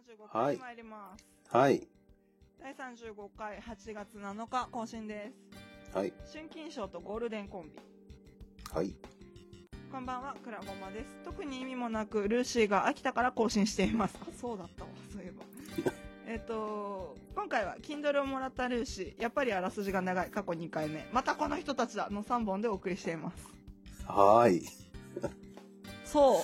35回参ります。 はい。 第35回8月7日更新です。 はい。 春金賞とゴールデンコンビ。 はい。 こんばんは、くらごまです。特に意味もなく、ルーシーが飽きたから更新しています。あ、そうだったわ、そういえば。今回は Kindle をもらったルーシー、やっぱりあらすじが長い、過去2回目。またこの人たちだの3本でお送りしています。 はーい。 そう。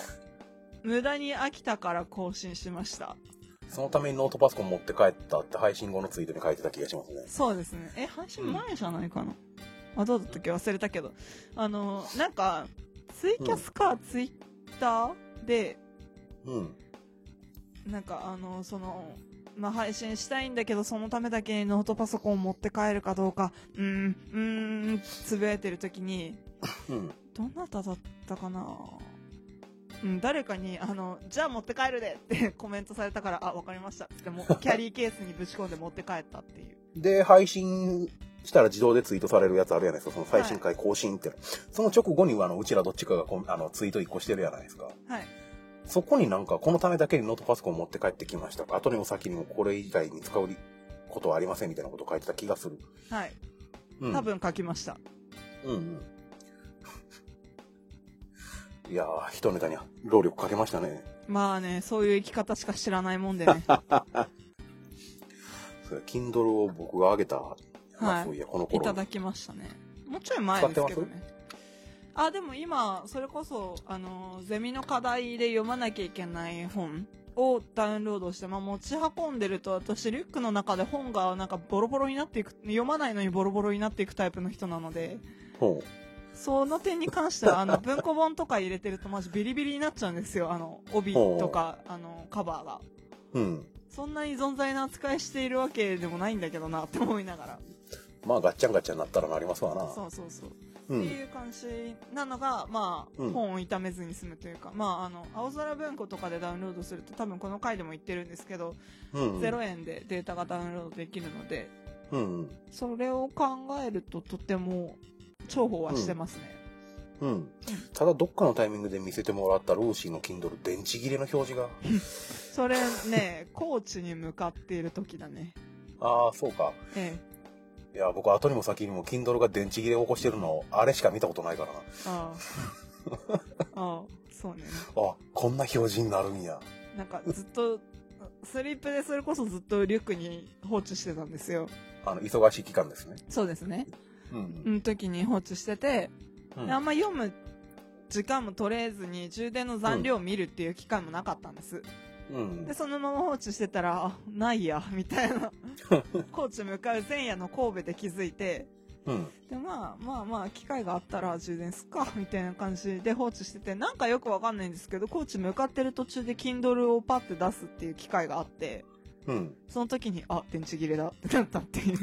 無駄に飽きたから更新しました。 そのためにノートパソコン持って帰ったって配信後のツイートに書いてた気がしますね。 そうですね。配信前じゃないかな。あ、どうだったっけ忘れたけど。なんか、ツイキャスかツイッターで、なんか配信したいんだけど、そのためだけにノートパソコンを持って帰るかどうか、つぶやいてるときに、どなただったかな、誰かに、じゃあ持って帰るでってコメントされたから、あ、わかりましたってもキャリーケースにぶち込んで持って帰ったっていう。 で、配信したら自動でツイートされるやつあるじゃないですか、その最新回更新って、はい、その直後にはうちらどっちかがツイート1個してるじゃないですか。はい。そこになんか、このためだけにノートパソコン持って帰ってきましたか、後にも先にもこれ以外に使うことはありませんみたいなことを書いてた気がする。はい。多分書きました。いやー、一ネタに労力かけましたね。 まあね、そういう生き方しか知らないもんでね。 それ、Kindle を僕があげた、そういや、この頃。 いただきましたね。もうちょい前ですけどね。あ、でも今、それこそ、ゼミの課題で読まなきゃいけない本をダウンロードして、持ち運んでると、私、リュックの中で本がなんかボロボロになっていく、読まないのにボロボロになっていくタイプの人なので、その点に関しては、文庫本とか入れてるとマジビリビリになっちゃうんですよ。帯とか、カバーが。そんなに存在な扱いしているわけでもないんだけどなって思いながら。 まあ、ガッチャンガッチャンなったらなりますわな。 そう。っていう感じなのが、本を傷めずに済むというか、青空文庫とかでダウンロードすると、多分この回でも言ってるんですけど、0円でデータがダウンロードできるので、それを考えるととても重宝はしてますね。 ただどっかのタイミングで見せてもらったルーシーの Kindle 電池切れの表示がそれね、高知に向かっている時だね。 ああ、そうか。いや、僕後にも先にも Kindle が電池切れを起こしてるのあれしか見たことないからな。そうね。あ、こんな表示になるんや。 なんかずっとスリップでそれこそずっとリュックに放置してたんですよ。 忙しい期間ですね。 そうですね。時に放置してて、あんま読む時間も取れずに充電の残量を見るっていう機会もなかったんです。でそのまま放置してたら、ないやみたいな高知向かう前夜の神戸で気づいて、で機会があったら充電すっかみたいな感じで放置してて、なんかよくわかんないんですけど、高知向かってる途中で Kindle をパッて出すっていう機会があって、その時に電池切れだってなったっていう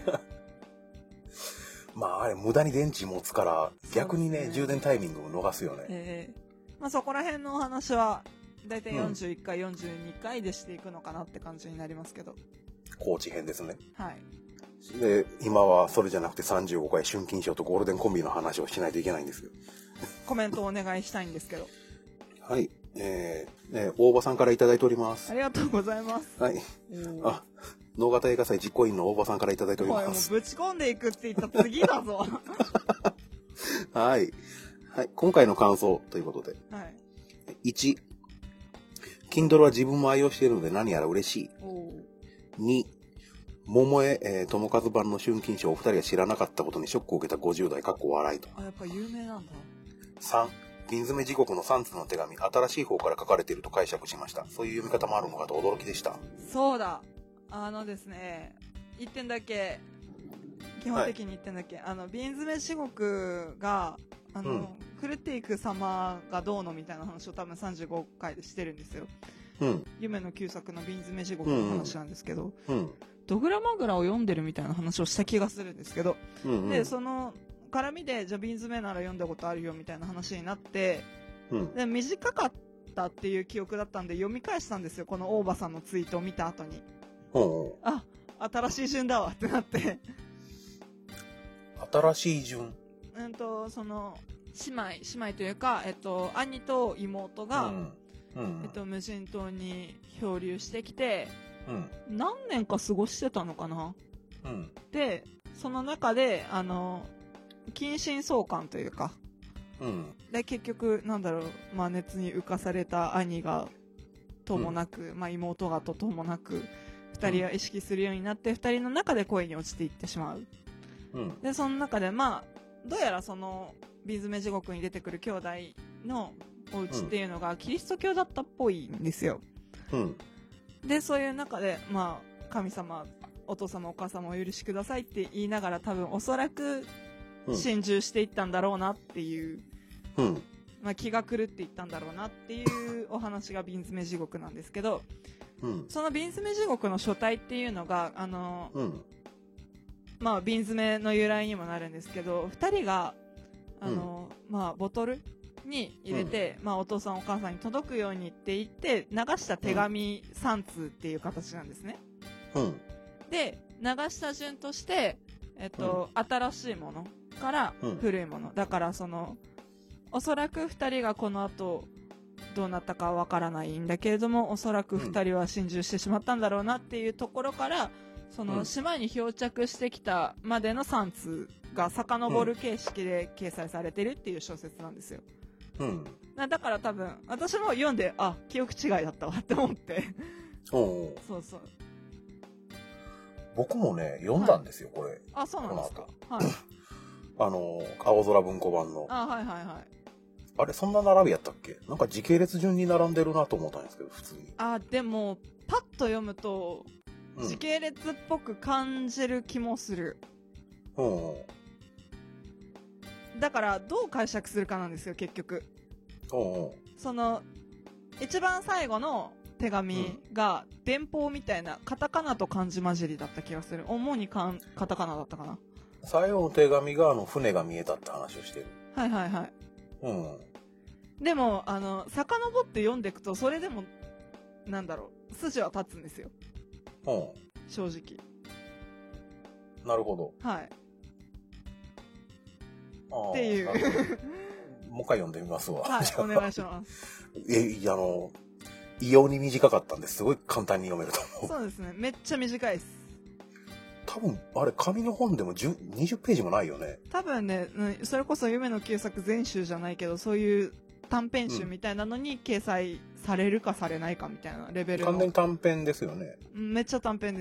あれ無駄に電池持つから逆にね、充電タイミングを逃すよね。 そこら辺のお話はだいたい41回、42回でしていくのかなって感じになりますけど、 高知編ですね。 はい。 で今はそれじゃなくて35回春金賞とゴールデンコンビの話をしないといけないんですよ。 コメントをお願いしたいんですけど。 はい、大場さんからいただいております。 ありがとうございます。 はい。能形映画祭実行委員の大場さんからいただいております。 もうぶち込んでいくって言った次だぞはい、今回の感想ということで、1、Kindle は自分も愛用しているので何やら嬉しい。2、桃江智和版の春金賞お二人が知らなかったことにショックを受けた50代笑いと。 やっぱ有名なんだ。 3、瓶詰め地獄の3つの手紙、新しい方から書かれていると解釈しました。そういう読み方もあるのかと驚きでした。そうだ、 ですね、1点だけ、基本的に1点だけ、瓶詰め地獄が狂っていく様がどうのみたいな話を多分35回でしてるんですよ。夢の旧作の瓶詰め地獄の話なんですけど、ドグラマグラを読んでるみたいな話をした気がするんですけど、でその絡みでじゃあ瓶詰めなら読んだことあるよみたいな話になって、で短かったっていう記憶だったんで読み返したんですよ、この大場さんのツイートを見た後に。新しい順だわってなって新しい順、 その姉妹というか、兄と妹が、 無人島に漂流してきて、何年か過ごしてたのかな、で、その中で、近親相関というか、で、結局、まあ、熱に浮かされた兄が、ともなく、まあ、妹がともなく、二人は意識するようになって、二人の中で恋に落ちていってしまう。で、その中で、まあ、どうやらその、瓶詰め地獄に出てくる兄弟のお家っていうのが、キリスト教だったっぽいんですよ。で、そういう中で、まあ、神様、お父様お母様お許しくださいって言いながら多分おそらく心中していったんだろうなっていう、まあ、気が狂っていったんだろうなっていうお話が瓶詰め地獄なんですけど、その瓶詰め地獄の書体っていうのがまあ、瓶詰めの由来にもなるんですけど、二人がまあ、ボトルに入れて、まあ、お父さんお母さんに届くようにって言って流した手紙3通っていう形なんですね。で、流した順として、新しいものから古いもの。だから、おそらく二人がこの後、どうなったかわからないんだけれども、おそらく二人は心中してしまったんだろうなっていうところから、島に漂着してきたまでの3通が遡る形式で掲載されてるっていう小説なんですよ。だから多分、私も読んで、あ、記憶違いだったわって思って。そうそう。 僕もね、読んだんですよ、これ。 あ、そうなんですか。はい。 青空文庫版の。 あ、はいはいはい。 あれ、そんな並びやったっけ？なんか時系列順に並んでるなと思ったんですけど、普通に。 あ、でも、パッと読むと、時系列っぽく感じる気もする。だから、どう解釈するかなんですよ、結局。一番最後の手紙が、電報みたいな、カタカナと漢字混じりだった気がする。主にカタカナだったかな。 最後の手紙が、船が見えたって話をしてる。 はいはいはい。でも、遡って読んでいくと、それでも、筋は立つんですよ。正直。 なるほど。 はい。っていう。 もう一回読んでみますわ。 はい、お願いします。 異様に短かったんですごい簡単に読めると思う。 そうですね。めっちゃ短いです。 多分、あれ、紙の本でも20ページもないよね。 多分ね、それこそ夢の旧作全集じゃないけど、そういう短編集みたいなのに掲載されるかされないかみたいなレベルの。 完全に短編ですよね。 めっちゃ短編です。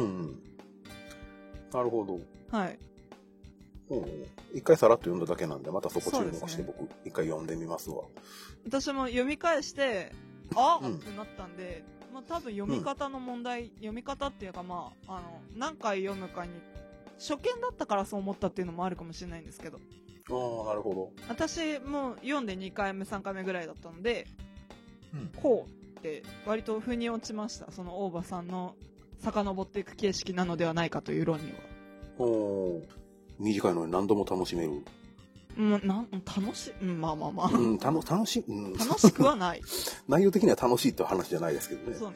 なるほど。 はい。 一回さらっと読んだだけなんで、またそこ注目して僕、一回読んでみますわ。 私も読み返して、ってなったんで、まあ多分読み方の問題、読み方っていうかまあ、何回読むかに、初見だったからそう思ったっていうのもあるかもしれないんですけど。 なるほど。 私も読んで2回目、3回目ぐらいだったので、こうって割と腑に落ちました。その大場さんの遡っていく形式なのではないかという論には。 短いのに何度も楽しめる。 楽しい、まあまあまあ。 楽しい、 楽しくはない。 内容的には楽しいって話じゃないですけどね。 そうね。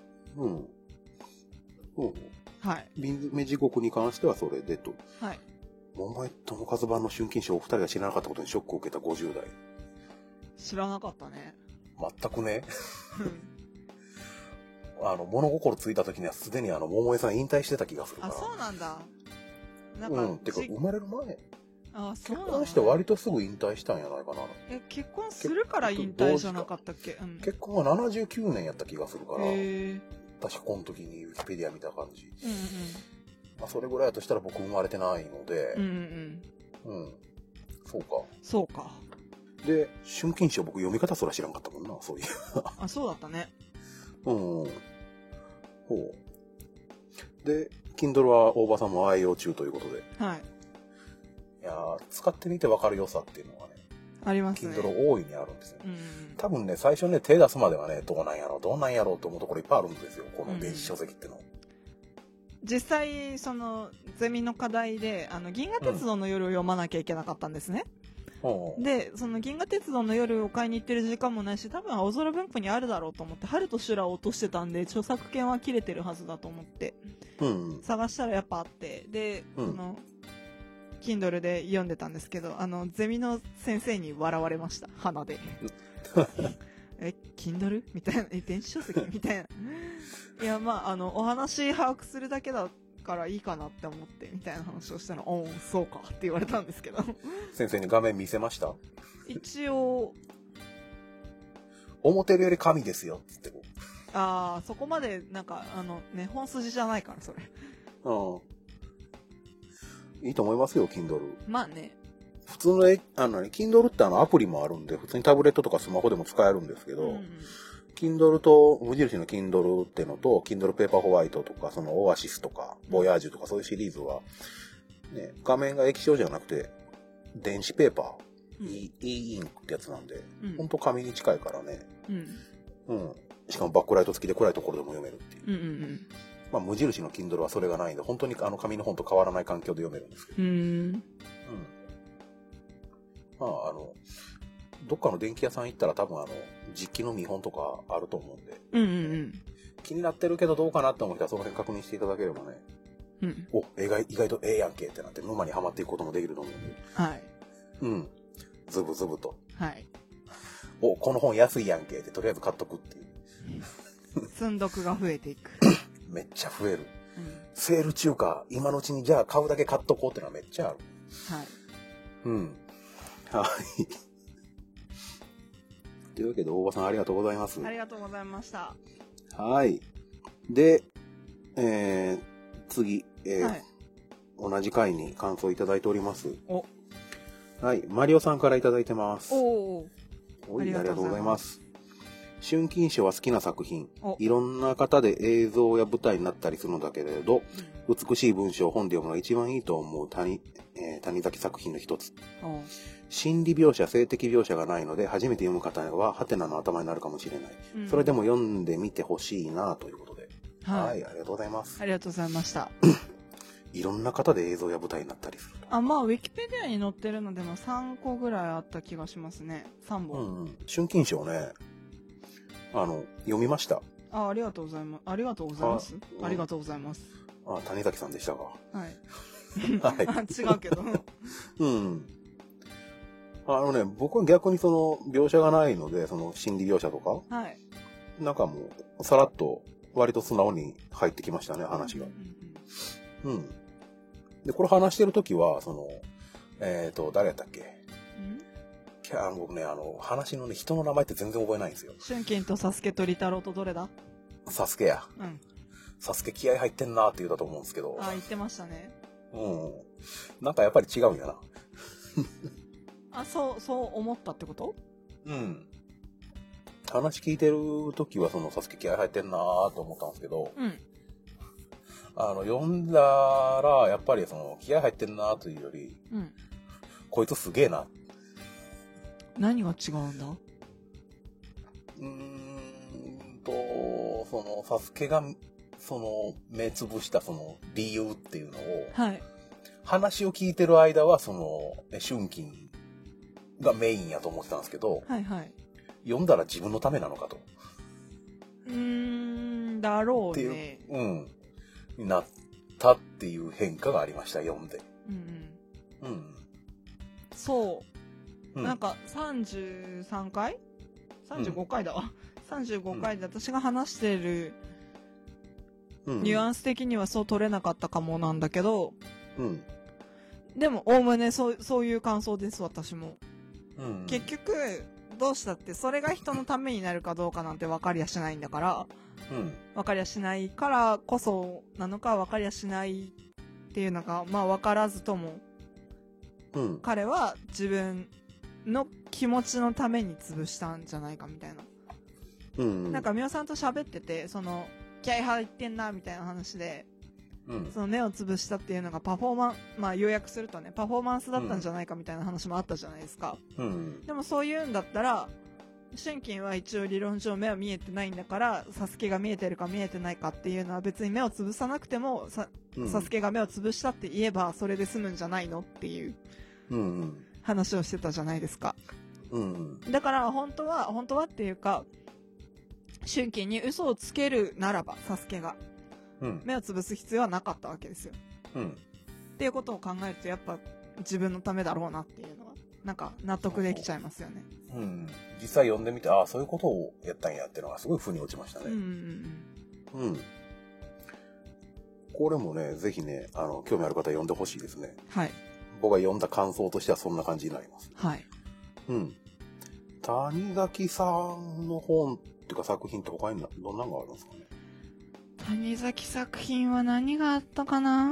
はい。 瓶詰め地獄に関してはそれでと。 はい。 桃江友和版の春金賞お二人が知らなかったことにショックを受けた50代。 知らなかったね。 全くね。物心ついた時にはすでに桃江さん引退してた気がするから。 あ、そうなんだ。 てか生まれる前。 そうなんだ。 結婚して割とすぐ引退したんやないかな。 結婚するから引退じゃなかったっけ？ 結婚は79年やった気がするから。確かこの時にウィキペディア見た感じ。まあそれぐらいだとしたら僕生まれてないので。そうか。で、春金賞僕読み方すら知らんかったもんな、そういう。 あ、そうだったね。 で、Kindle は大場さんも愛用中ということで。 はい。 いやー、使ってみて分かる良さっていうのがね。 ありますね。 Kindle 大いにあるんですよ。多分ね、最初ね、手出すまではね、どうなんやろうと思うところいっぱいあるんですよ。この電子書籍っての。 実際、ゼミの課題で、銀河鉄道の夜を読まなきゃいけなかったんですね。で、その銀河鉄道の夜を買いに行ってる時間もないし、多分青空文庫にあるだろうと思って、春と修羅を落としてたんで、著作権は切れてるはずだと思って、探したらやっぱあって、で、Kindle で読んでたんですけど、ゼミの先生に笑われました、鼻で。 Kindle? みたいな、電子書籍みたいな。いや、まあ、お話把握するだけだからいいかなって思って、みたいな話をしたら、そうかって言われたんですけど。 先生に画面見せました？ 一応。 思ってるより紙ですよ、つって。 ああ、そこまで、なんか、本筋じゃないから、それ。 いいと思いますよ、Kindle。 まあね。 普通のKindle ってアプリもあるんで、普通にタブレットとかスマホでも使えるんですけど、Kindle と、無印の Kindle ってのと、Kindle Paper White とか、そのオアシスとか、ボヤージュとかそういうシリーズは、ね、画面が液晶じゃなくて、電子ペーパー、e インクってやつなんで、ほんと紙に近いからね。しかもバックライト付きで暗いところでも読めるっていう。まあ、無印の Kindle はそれがないんで、本当に紙の本と変わらない環境で読めるんですけど。まあ、どっかの電気屋さん行ったら多分実機の見本とかあると思うんで、気になってるけどどうかなって思ったらその辺確認していただければね、意外とええやんけってなって沼にはまっていくこともできると思うんで、 はい。 ズブズブと。 はい。 この本安いやんけってとりあえず買っとくっていう。 積んどくが増えていく。 めっちゃ増える。セール中華、今のうちにじゃあ買うだけ買っとこうってのはめっちゃある。 はい。 はい。というわけで、大場さんありがとうございます。 ありがとうございました。 はい。で、次、はい、同じ回に感想いただいております。はい。マリオさんからいただいてます。ありがとうございます。春金賞は好きな作品。いろんな方で映像や舞台になったりするのだけれど、美しい文章を本で読むのが一番いいと思う谷崎作品の一つ。心理描写、性的描写がないので、初めて読む方はハテナの頭になるかもしれない。それでも読んでみてほしいなということで。はい、ありがとうございます。 ありがとうございました。 いろんな方で映像や舞台になったりする。 まあ、ウィキペディアに載ってるのでも3個ぐらいあった気がしますね。3本。 春金賞ね、読みました。 ありがとうございます。ありがとうございます。ありがとうございます。 谷崎さんでしたか。 はい。はい、違うけど。 僕は逆にその描写がないので、その心理描写とか、はい、なんかもうさらっと割と素直に入ってきましたね、話が。で、これ話してるときは、その誰やったっけ？僕ね、話のね、人の名前って全然覚えないんですよ。 春金とサスケとリタロウとどれだ？ サスケや。サスケ気合入ってんなーって言うたと思うんですけど。 言ってましたね。 なんかやっぱり違うんやな。 そう思ったってこと？ 話聞いてるときは、そのサスケ気合入ってんなーと思ったんですけど、読んだら、やっぱりその気合入ってんなーというより、こいつすげえな。 何が違うんだ？ そのサスケがその目つぶしたその理由っていうのを、話を聞いてる間はその春金がメインやと思ってたんですけど、読んだら自分のためなのかと。 だろうね。 になったっていう変化がありました、読んで。 そう。なんか33回 ?35 回だわ。35回で私が話してるニュアンス的にはそう取れなかったかもなんだけど、でもおおむねそういう感想です、私も。結局どうしたってそれが人のためになるかどうかなんて分かりやしないんだから、分かりやしないからこそなのか分かりやしないっていうのがまあ分からずとも、彼は自分の気持ちのために潰したんじゃないかみたいな、なんかみおさんと喋ってて、その気合入ってんなみたいな話で、その目を潰したっていうのがまあ要約するとね、パフォーマンスだったんじゃないかみたいな話もあったじゃないですか。でもそういうんだったら、春金は一応理論上目は見えてないんだから、サスケが見えてるか見えてないかっていうのは別に目を潰さなくてもサスケが目を潰したって言えばそれで済むんじゃないのっていう話をしてたじゃないですか。だから本当はっていうか、春金に嘘をつけるならばサスケが目をつぶす必要はなかったわけですよ。っていうことを考えるとやっぱ自分のためだろうなっていうのはなんか納得できちゃいますよね。 うん。実際読んでみて、ああ、そういうことをやったんやっていうのがすごい腑に落ちましたね。うん。これもね、ぜひね、興味ある方読んでほしいですね。 はい。 僕が読んだ感想としてはそんな感じになります。 はい。 うん。谷崎さんの本っていうか作品って他にどんなのがあるんですかね。 谷崎作品は何があったかな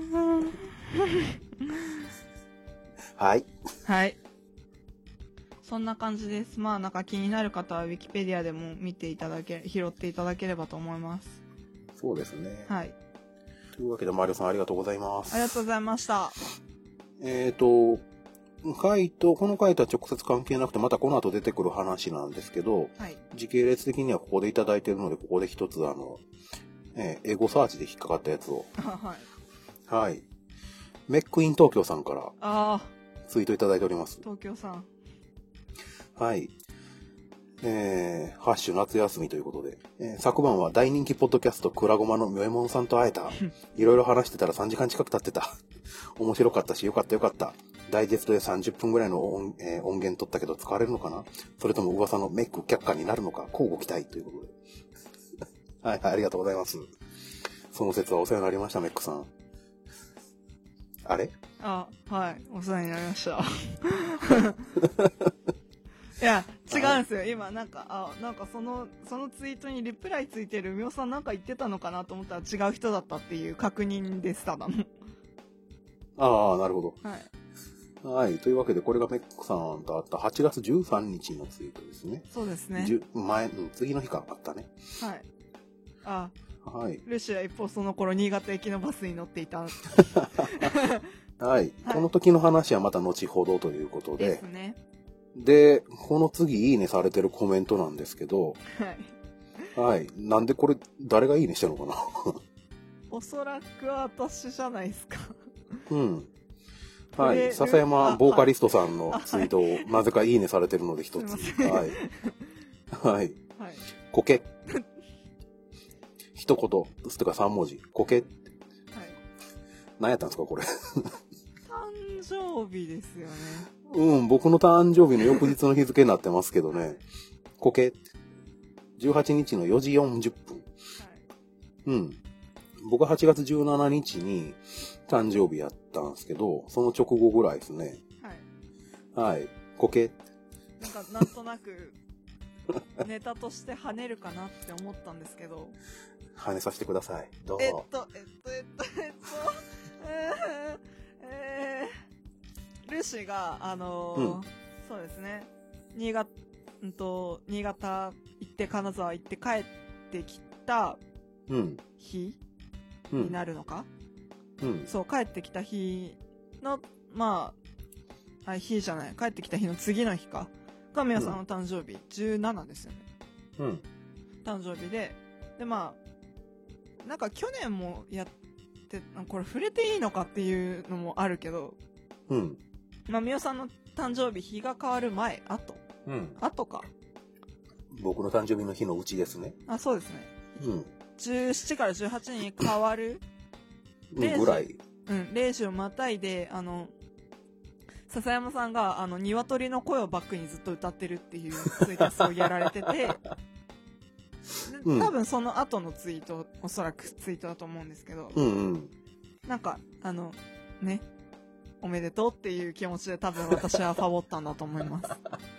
はい。 はい。そんな感じです。まあなんか気になる方はウィキペディアでも見ていただけ、拾っていただければと思います。 そうですね。 はい。 というわけで、マリオさんありがとうございます。 ありがとうございました。 この回とは直接関係なくて、またこの後出てくる話なんですけど、 はい、 時系列的にはここでいただいているので、ここで一つエゴサーチで引っかかったやつを。 はい。 はい。メックイン東京さんからツイートいただいております。 東京さん。 はい。ハッシュ夏休みということで、昨晩は大人気ポッドキャストクラゴマのみょえもんさんと会えた。いろいろ話してたら3時間近く経ってた。面白かったし、よかった。ダイジェストで30分ぐらいの音源取ったけど使われるのかな？それとも噂のメック却下になるのか、交互期待ということで。はい、ありがとうございます。その説はお世話になりました、メックさん。あれ？ はい、お世話になりました。いや、違うんですよ。今、なんかそのツイートにリプライついてるみおさんなんか言ってたのかなと思ったら違う人だったっていう確認です、ただの。 ああ、なるほど。 はい。 はい。というわけで、これがメックさんと会った8月13日のツイートですね。 そうですね。 次の日かあったね。 はい。はい。ルシは一方その頃、新潟駅のバスに乗っていた。 はい。この時の話はまた後ほどということで。 ですね。 で、この次いいねされてるコメントなんですけど。 はい。 はい。なんでこれ、誰がいいねしてるのかなおそらくは私じゃないですか。 うん。はい。笹山ボーカリストさんのツイートをなぜかいいねされてるので一つ。はい。はい。コケ。一言。つとか3文字。コケ。はい。何やったんですか、これ。 誕生日ですよね。 僕の誕生日の翌日の日付になってますけどね。コケ。18日の4時40分。はい。僕は8月17日に誕生日やったんですけど、その直後ぐらいですね。はい。はい。コケ。 なんとなく、ネタとして跳ねるかなって思ったんですけど。 跳ねさせてください。どうぞ。 ルシが、そうですね、新潟行って金沢行って帰ってきた日になるのか、そう、帰ってきた日の、日じゃない、帰ってきた日の次の日か、がみやさんの誕生日、17ですよね。誕生日で、なんか去年もやって、これ触れていいのかっていうのもあるけど、みおさんの誕生日、日が変わる前、後か。 僕の誕生日の日のうちですね。 そうですね。17から18に変わるぐらい。 0時をまたいで、笹山さんが、鶏の声をバックにずっと歌ってるっていうツイートをやられてて、多分その後のツイート、おそらくツイートだと思うんですけど、なんか、ね、おめでとうっていう気持ちで多分私はファボったんだと思います。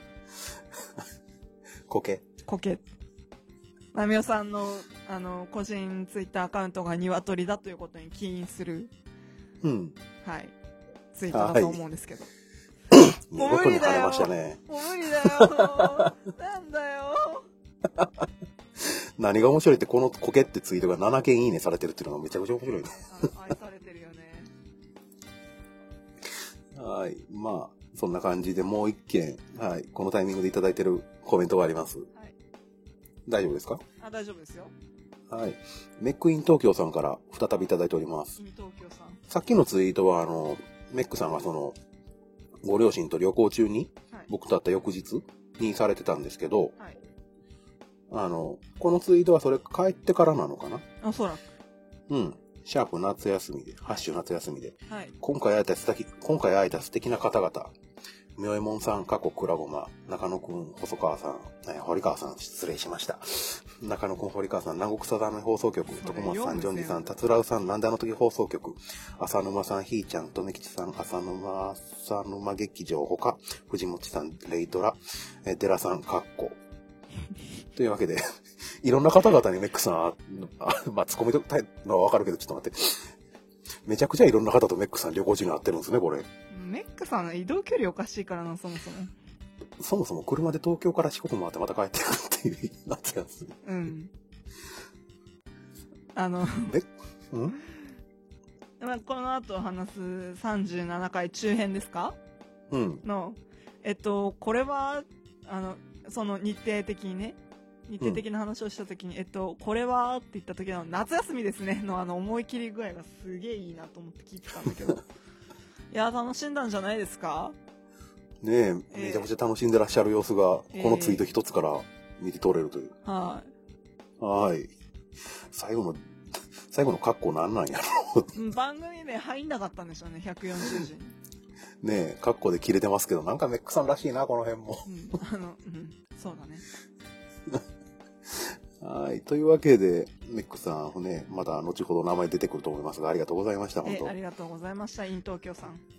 コケ。 みおさんの、個人ツイッターアカウントが鶏だということに起因する、はい、ツイートだと思うんですけど。もう無理だよ。もう無理だよ。なんだよ。 何が面白いって、このコケってツイートが7件いいねされてるっていうのがめちゃくちゃ面白いね。 愛されてるよね。 はい。そんな感じでもう一件、はい。このタイミングでいただいてるコメントがあります。はい。大丈夫ですか？ 大丈夫ですよ。 はい。メックイン東京さんから再びいただいております。 東京さん。 さっきのツイートは、メックさんがご両親と旅行中に、僕と会った翌日にされてたんですけど、はい、このツイートはそれ帰ってからなのかな？ おそらく。 シャープ夏休みで、ハッシュ夏休みで、 はい、 今回会えた素敵な方々、 みょえもんさん、過去くらごま、中野くん、細川さん、堀川さん、失礼しました。中野くん、堀川さん、南国定め放送局、徳松さん、ジョンジさん、達郎さん、なんであの時放送局、浅沼さん、ひーちゃん、とめきちさん、浅沼劇場、ほか、藤本さん、レイドラ、寺さん、かっこ。というわけで、いろんな方々にメックさん、まあ、突っ込みたいのはわかるけど、ちょっと待って。めちゃくちゃいろんな方とメックさん旅行中に会ってるんですね、これ。 メックさんの移動距離おかしいからな、そもそも。 そもそも車で東京から四国回ってまた帰ってくるっていうやつやつ。 うん。まあ、この後話す37回中編ですか？ うん。 の、これは、その日程的にね、日程的な話をしたときに、これはって言った時の夏休みですねの思い切り具合がすげえいいなと思って聞いてたんだけど。いや、楽しんだんじゃないですか？ ねえ、めちゃくちゃ楽しんでらっしゃる様子が、このツイート一つから見て取れるという。 はい。 はい。最後の格好なんなんやろ番組名入んなかったんでしょうね、140字に。 ねえ、格好で切れてますけど、なんかメックさんらしいな、この辺も。 そうだね。 はい。というわけで、メックさんね、また後ほど名前出てくると思いますが、ありがとうございました、本当。 ありがとうございました、イン東京さん。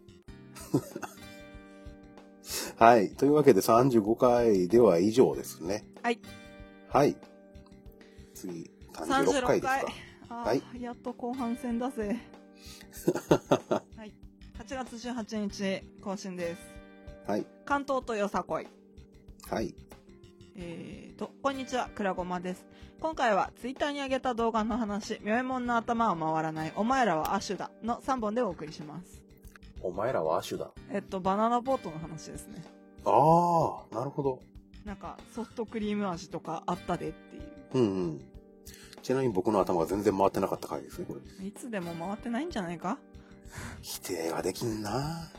はい。というわけで35回では以上ですね。 はい。 はい。次、36回ですか。 はい。やっと後半戦だぜ。はい。8月18日更新です。 はい。 関東とよさこい。 はい。 こんにちは、くらごまです。今回はツイッターに上げた動画の話、みょえもんの頭は回らない、お前らはアシュだの3本でお送りします。 お前らはアシュだ。 バナナボートの話ですね。 ああ、なるほど。 なんかソフトクリーム味とかあったでっていう。 うんうん。ちなみに僕の頭が全然回ってなかった回ですね、これ。 いつでも回ってないんじゃないか？ 否定はできんな。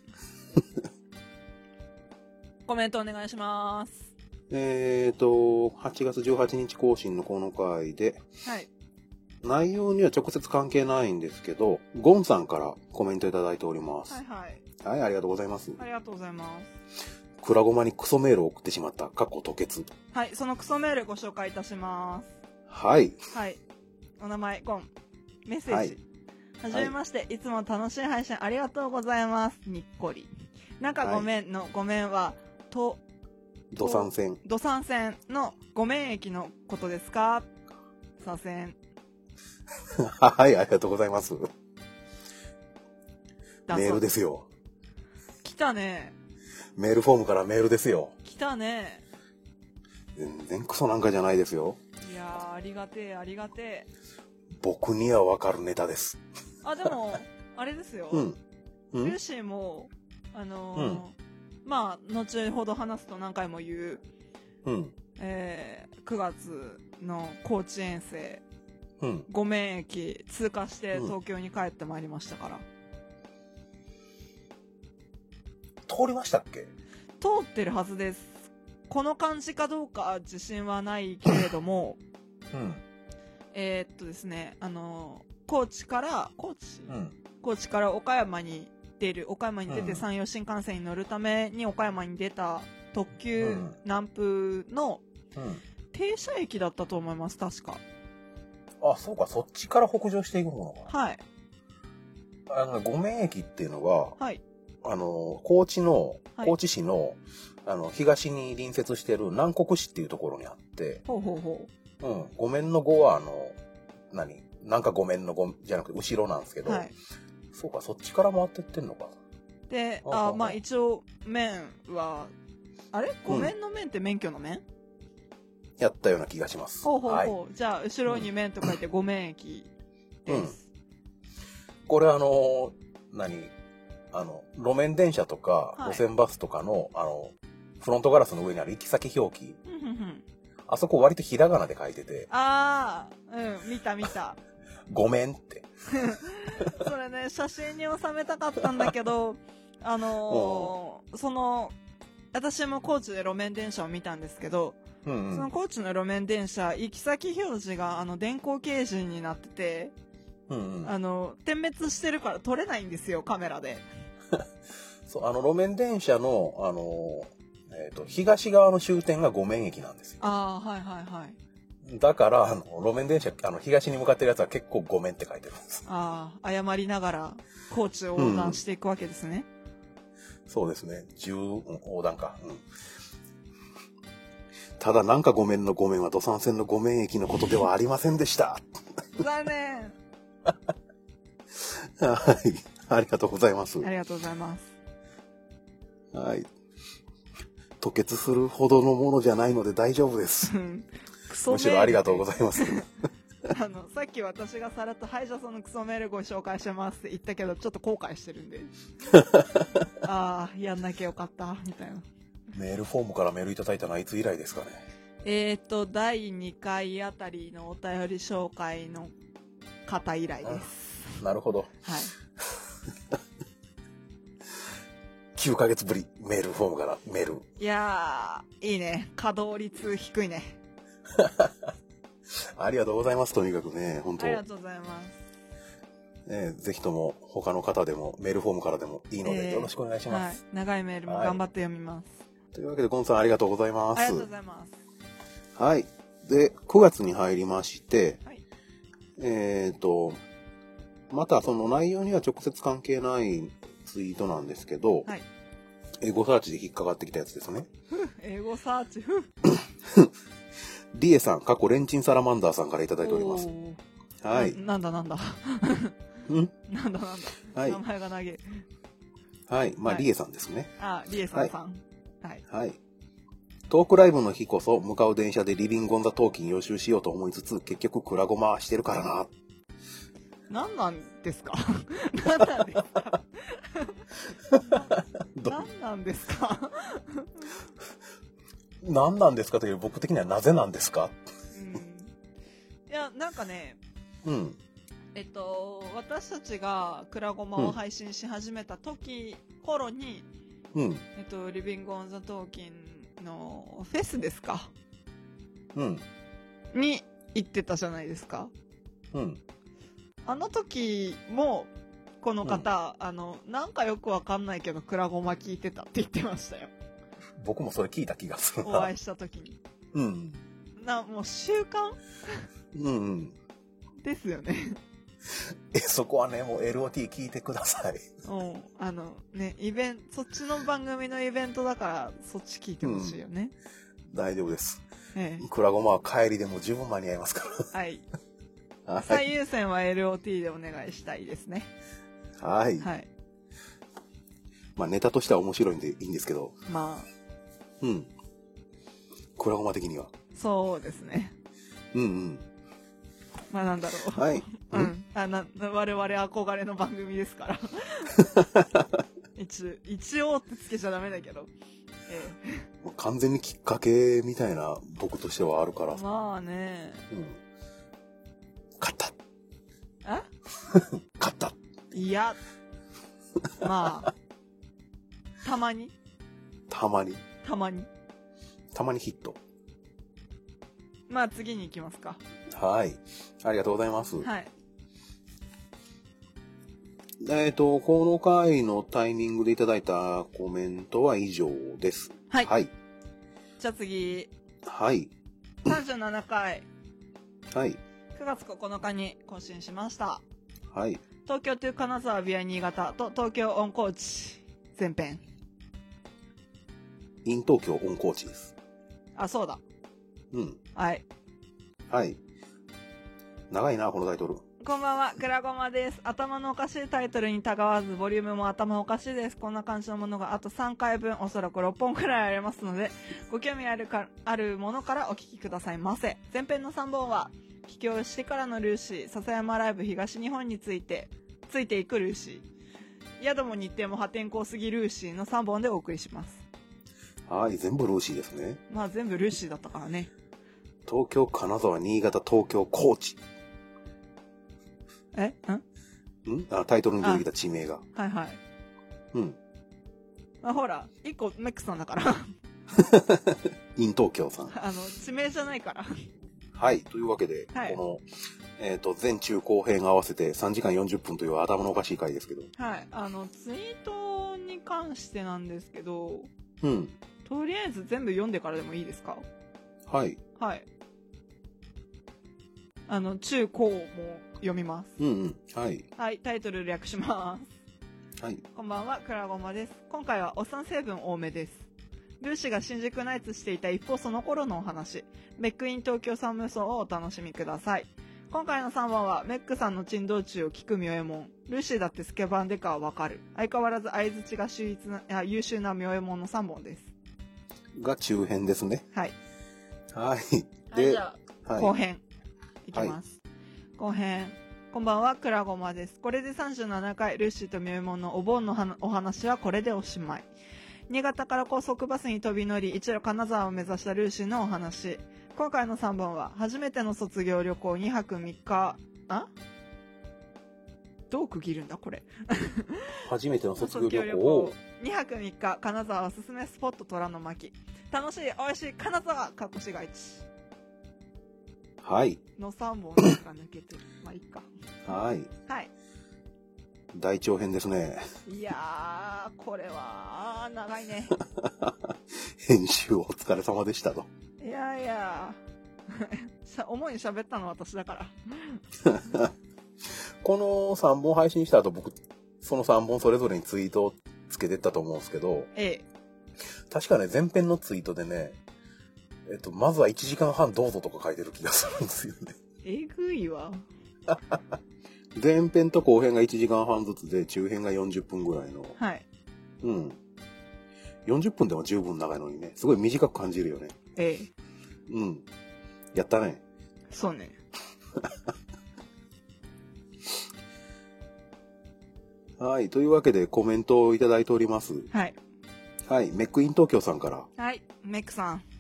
コメントお願いします。 8月18日更新のこの回で、 はい。 内容には直接関係ないんですけど、ゴンさんからコメントいただいております。 はいはい。 はい、ありがとうございます。 ありがとうございます。 くらごまにクソメールを送ってしまった。かっこ吐血。 はい、そのクソメールご紹介いたします。 はい。 はい。お名前、ゴン。メッセージ。はじめまして、いつも楽しい配信ありがとうございます。にっこり。なんかごめんのごめんは、 土産線のごめん駅のことですか？左遷。 はい、ありがとうございます。メールですよ。 来たね。 メールフォームからメールですよ。 来たね。 全然クソなんかじゃないですよ。 いやー、ありがてえ、ありがてえ。 僕にはわかるネタです。 あ、でも、あれですよ。ルーシーも、まあ、後ほど話すと何回も言う、9月の高知遠征、五面駅通過して東京に帰ってまいりましたから。 通りましたっけ？ 通ってるはずです。この感じかどうか自信はないけれども、ですね、高知から岡山に出て山陽新幹線に乗るために岡山に出た特急南風の停車駅だったと思います、確か。 あ、そうか、そっちから北上していくものか。 はい。 五面駅っていうのが、 はい。 高知市の、東に隣接している南国市っていうところにあって、五面の五は、なんか五面の五じゃなくて後ろなんですけど、はい、そうか、そっちから回ってってんのか。 で、まあ一応、面は、あれ五面の面って免許の面？ やったような気がします。 はい、じゃあ、後ろに面と書いて五面駅です。 これ路面電車とか、路線バスとかの、フロントガラスの上にある行き先表記。あそこ割とひらがなで書いてて。 見た。 ごめんって。 それね、写真に収めたかったんだけど、私も高知で路面電車を見たんですけど、その高知の路面電車、行き先表示が電光掲示になってて、点滅してるから撮れないんですよ、カメラで。 そう、路面電車の、東側の終点が五面駅なんですよ。 ああ、はいはいはい。 だから、路面電車、東に向かってるやつは結構五面って書いてるんです。 ああ、謝りながら、高知を横断していくわけですね。 そうですね。横断か。ただ、なんか五面の五面は土山線の五面駅のことではありませんでした。 残念。 はい。ありがとうございます。 ありがとうございます。 はい。吐血するほどのものじゃないので大丈夫です。むしろありがとうございます。 さっき私がさらっと歯医者さんのクソメールご紹介しますって言ったけど、ちょっと後悔してるんで。ああ、やんなきゃよかった、みたいな。 メールフォームからメールいただいたのはいつ以来ですかね。 第2回あたりのお便り紹介の方以来です。 なるほど。 はい。 9ヶ月ぶり、メールフォームからメール。 いやー、いいね。稼働率低いね。 ありがとうございます。とにかくね、本当。 ありがとうございます。 ぜひとも他の方でもメールフォームからでもいいのでよろしくお願いします。 はい、長いメールも頑張って読みます。 というわけで、ゴンさんありがとうございます。 ありがとうございます。 はい。で、9月に入りまして、はい、またその内容には直接関係ないツイートなんですけど、はい、エゴサーチで引っかかってきたやつですね。 エゴサーチリエさん、過去レンチンサラマンダーさんからいただいております。はい。 なんだなんだ。なんだなんだ。はい、名前が投げ。 はい。まあ、はい、リエさんですね。 あ、リエさんさん。はい。 はい。トークライブの日こそ向かう電車でリビングオンザトーキン予習しようと思いつつ、結局クラゴマしてるからな。 何なんですか何なんですか何なんですか何なんですかという僕的にはなぜなんですか。 いや、なんかね、私たちがクラゴマを配信し始めた頃に、リビングオンザトーキンのフェスですか、に行ってたじゃないですか。あの時もこの方、なんかよくわかんないけどクラゴマ聞いてたって言ってましたよ。 僕もそれ聞いた気がするな。 お会いした時に。もう習慣ですよね。 そこはね、もう LOT 聞いてください。 ね、そっちの番組のイベントだから、そっち聞いてほしいよね。 大丈夫です。クラゴマは帰りでも十分間に合いますから。 はい。最優先は LOT でお願いしたいですね。 はい。 はい。 まあネタとしては面白いんでいいんですけど。 まあ。 クラゴマ的には。 そうですね。まあなんだろう。 はい。 我々憧れの番組ですから。一応ってつけちゃダメだけど。 完全にきっかけみたいな僕としてはあるから。 まあね。 勝った。 え勝った。 いや。まあ。たまにヒット。 まあ次に行きますか。 はい。ありがとうございます。 はい。 この回のタイミングでいただいたコメントは以上です。 はい。はい。じゃあ次。 はい。 37回。 はい。 9月9日に更新しました。 はい。 東京と金沢ビア新潟と東京オンコーチ前編。 in 東京オンコーチです。 あ、そうだ。はい。 はい。長いな、このタイトル。 こんばんは、くらごまです。頭のおかしいタイトルにたがわず、ボリュームも頭おかしいです。こんな感じのものがあと3回分、おそらく6本くらいありますので、ご興味あるものからお聞きくださいませ。前編の3本は、帰郷してからのルーシー、笹山ライブ東日本についていくルーシー、宿も日程も破天荒すぎルーシーの3本でお送りします。 はい、全部ルーシーですね。 まあ全部ルーシーだったからね。 東京、金沢、新潟、東京、高知。タイトルに出てきた地名が。 はいはい。ほら、1個メックさんだから。 in 東京さん。 地名じゃないから。 はい、というわけで、この、前中後編合わせて3時間40分という頭のおかしい回ですけど。 はい、ツイートにに関してなんですけど、 うん。 とりあえず全部読んでからでもいいですか？ はい。 はい。中高も読みます。 うんうん。はい。 はい、タイトル略します。 はい。 こんばんは、くらごまです。今回はおっさん成分多めです。ルーシーが新宿ナイツしていた一方その頃のお話、メックイン東京三無双をお楽しみください。今回の3番はメックさんの珍道中を聞く妙右衛門。ルーシーだってスケバンデカはわかる。相変わらず相づちが優秀な妙右衛門の3本です。 が中編ですね。 はい。 はい。 で、はい、じゃあ、 はい、 後編いきます。はい、後編。こんばんは、くらごまです。これで37回、ルーシーと妙右衛門のお盆のお話はこれでおしまい。新潟から高速バスに飛び乗り、一路金沢を目指したルーシーのお話。今回の3本は、初めての卒業旅行2泊3日、どう区切るんだこれ。 初めての卒業旅行 2泊3日、金沢おすすめスポット虎の巻。楽しい、美味しい、金沢、かっこ市街地。 はい。 の3本しか抜けてる。まあ、いっか。 はい。 はい。 大長編ですね。 いやー、これは、長いね。 編集お疲れ様でしたと。 いやいや、主に喋ったのは私だから。 この3本配信した後、僕、その3本それぞれにツイートをつけてったと思うんですけど、確かね、前編のツイートでね、まずは1時間半どうぞとか書いてる気がするんですよね。 えぐいわ。 前編と後編が1時間半ずつで、中編が40分ぐらいの。 はい。 うん。40分でも十分長いのにね、すごい短く感じるよね。うん。やったね。 そうね。 はい。というわけでコメントをいただいております。 はい。 はい。メックイン東京さんから。 はい。メックさん。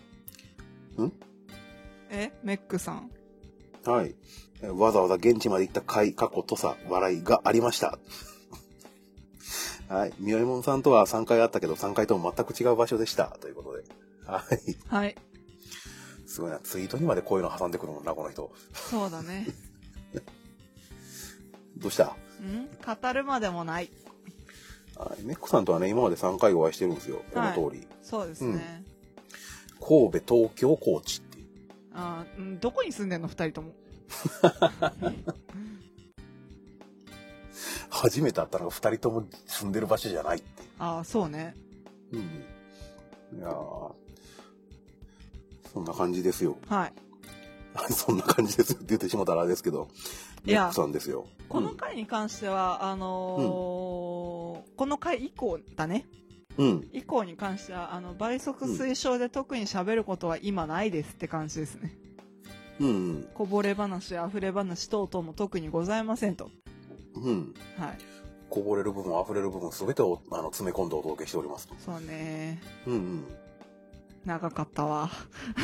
メックさん。 はい。わざわざ現地まで行った過去とさ、笑いがありました。はい。みよえもんさんとは3回会ったけど、3回とも全く違う場所でした。ということで。はい。 はい。 すごいな。ツイートにまでこういうの挟んでくるもんな、この人。 そうだね。 どうした語るまでもない。 はい。メックさんとはね、今まで3回お会いしてるんですよ。この通り。はい、 そうですね。 神戸、東京、高知っていう。 どこに住んでんの2人とも。 初めて会ったのが2人とも住んでる場所じゃないって。 そうね。 うん。いやそんな感じですよ。 はい。 そんな感じですって言ってしまったらあれですけど。メックさんですよ。 この回に関しては、この回以降だね。以降に関しては倍速推奨で特に喋ることは今ないですって感じですね。こぼれ話、溢れ話等々も特にございませんと。はい。 こぼれる部分、溢れる部分、すべてを詰め込んでお届けしておりますと。 そうね。長かったわ。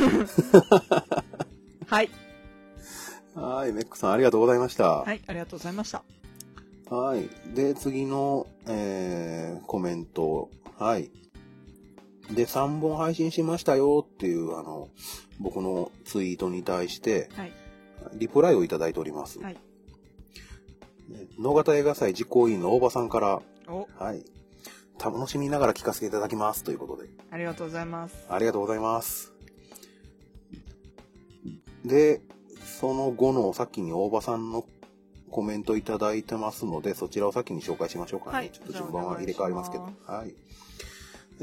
はい。 はい、メックさんありがとうございました。 はい、ありがとうございました。 はい。で、次の、コメント。はい。で、3本配信しましたよっていう、僕のツイートに対して、リプライをいただいております。はい。野方映画祭実行委員の大場さんから、はい。楽しみながら聞かせていただきますということで。 ありがとうございます。 ありがとうございます。で、その後の先に大場さんのコメントいただいてますので、そちらを先に紹介しましょうかね。はい、ちょっと順番は入れ替わりますけど。はい。はい。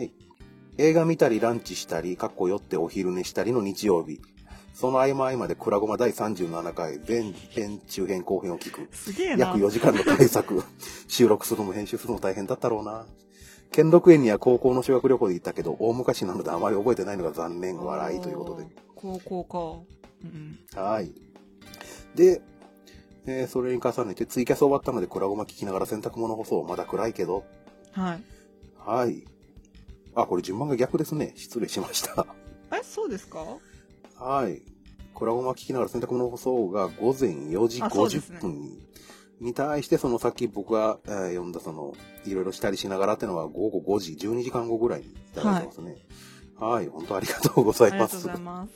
映画見たりランチしたり、酔ってお昼寝したりの日曜日。その合間合間でくらごま第37回、前編中編後編を聞く。 すげえな。 約4時間の対策。収録するのも編集するのも大変だったろうな。兼六園には高校の修学旅行で行ったけど、大昔なのであまり覚えてないのが残念、笑いということで。 高校か。はい。で、それに重ねてツイキャス終わったのでくらごま聞きながら洗濯物干そう。まだ暗いけど。 はい。 はい。これ順番が逆ですね。失礼しました。 そうですか？ はい。くらごま聞きながら洗濯物干そうが午前4時50分に対して、そのさっき僕が、読んだいろいろしたりしながらってのは午後5時、12時間後ぐらいにいただいてますね。はい。本当ありがとうございます。 ありがとうございます。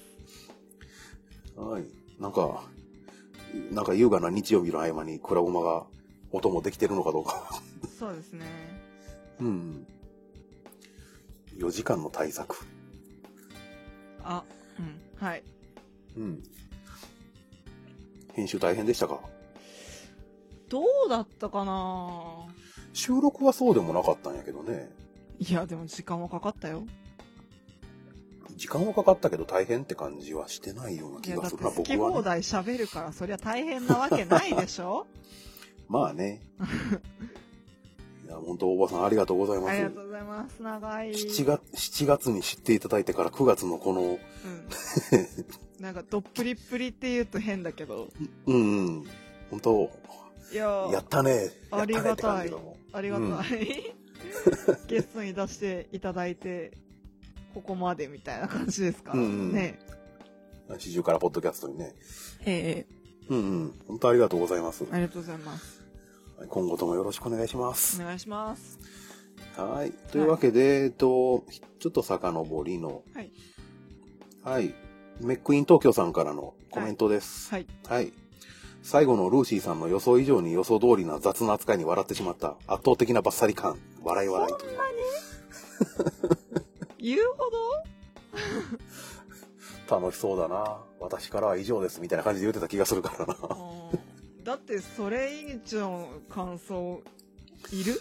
はい。なんか優雅な日曜日の合間にくらごまが音もできてるのかどうか。 そうですね。 うん。4時間の対策。 あ、うん。はい。 うん。編集大変でしたか？ どうだったかな？ 収録はそうでもなかったんやけどね。 いや、でも時間はかかったよ。 時間はかかったけど大変って感じはしてないような気がするな、僕は、ね。 好き放題喋るから、そりゃ大変なわけないでしょまあね。いや、本当おばさんありがとうございます。 ありがとうございます。長い。 7月に知っていただいてから9月のこの、うん、 なんかどっぷりっぷりって言うと変だけど。 うんうん。本当。 いや、 やったね。 ありがたい。ありがたい。うん、ゲストに出していただいて、ここまでみたいな感じですからね。 四十からポッドキャストにね。 ええ。 うんうん。本当ありがとうございます。 ありがとうございます。 今後ともよろしくお願いします。 お願いします。 はい。というわけで、はい、ちょっと遡りの。はい。はい。メックイン東京さんからのコメントです。はい。はい。最後のルーシーさんの予想以上に予想通りな雑な扱いに笑ってしまった圧倒的なバッサリ感。笑い笑いと。 そんなに言うほど楽しそうだな。私からは以上ですみたいな感じで言ってた気がするからな。 だってそれ以上の感想いる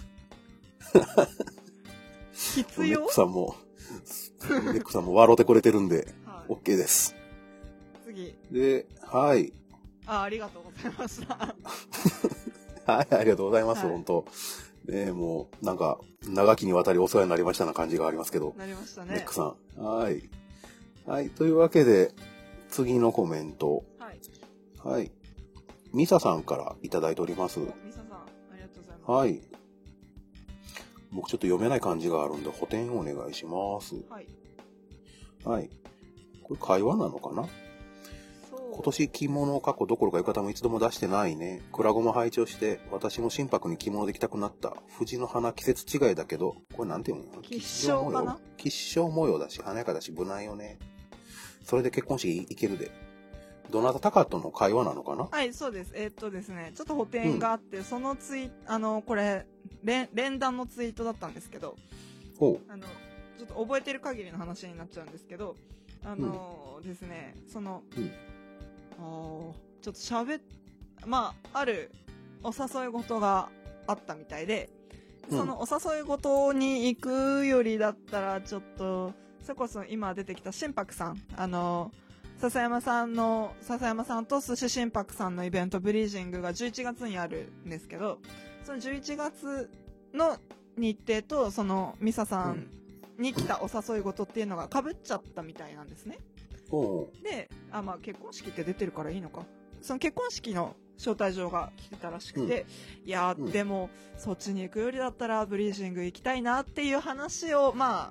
必要？ メックさんも笑ってくれてるんで、はい、OK です。 次。 で、はい。 ありがとうございました。 はい、ありがとうございます、はい、本当。ね、もう、なんか、長きにわたりお世話になりましたな感じがありますけど。 なりましたね。 メックさん。はい。はい、というわけで、次のコメント。はい。はい。ミサさんからいただいております。 ミサさん、ありがとうございます。 はい。僕ちょっと読めない漢字があるんで、補填をお願いします。はい。はい。これ会話なのかな？今年着物をどころか浴衣も一度も出してないね。クラゴマ配置をして、私も心拍に着物で着たくなった。藤の花季節違いだけど、これなんて読むの？ 吉祥かな？ 吉祥模様だし、華やかだし、無難よね。それで結婚式行けるで。どなたたかとの会話なのかな？ はい、そうです。ですね、ちょっと補填があって、そのこれ、連弾のツイートだったんですけど、ちょっと覚えてる限りの話になっちゃうんですけど、ですね、ちょっとあるお誘い事があったみたいで、そのお誘い事に行くよりだったら、ちょっと、それこそ今出てきた心拍さん、笹山さんと寿司心拍さんのイベントブリージングが11月にあるんですけど、その11月の日程とそのミサさんに来たお誘い事っていうのが被っちゃったみたいなんですね。で、結婚式って出てるからいいのか。その結婚式の招待状が来てたらしくて、いや、でもそっちに行くよりだったらブリージング行きたいなっていう話を、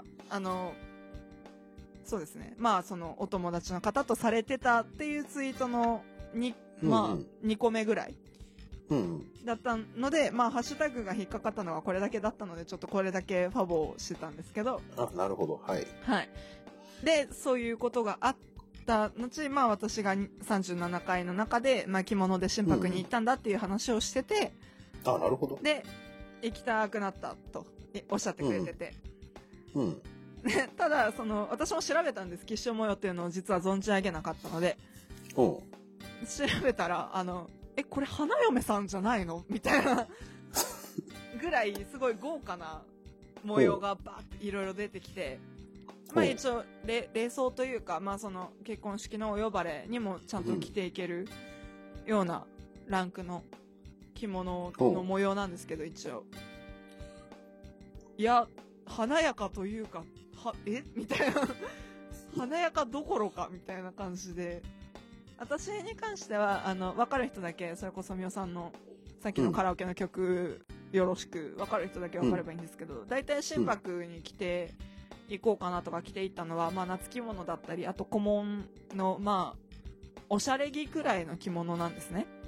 そうですね。そのお友達の方とされてたっていうツイートの2個目ぐらいだったので、ハッシュタグが引っかかったのはこれだけだったので、ちょっとこれだけファボをしてたんですけど。 あ、なるほど。はい。 はい。で、そういうことがあった後、私が37回の中で、着物で心拍に行ったんだっていう話をしてて、 あ、なるほど。 で、行きたくなったとおっしゃってくれてて。ただ、私も調べたんです。吉祥模様っていうのを実は存じ上げなかったので。調べたら、これ花嫁さんじゃないのみたいなぐらい、すごい豪華な模様がバーっていろいろ出てきて、一応、礼装というか、その結婚式のお呼ばれにもちゃんと着ていけるようなランクの着物の模様なんですけど、一応。いや、華やかというか、みたいな。華やかどころかみたいな感じで。私に関しては、わかる人だけ、それこそみおさんの、さっきのカラオケの曲、よろしく、わかる人だけわかればいいんですけど、大体心拍に着ていこうかなとか着ていったのは、夏着物だったり、あと古文の、おしゃれ着くらいの着物なんですね。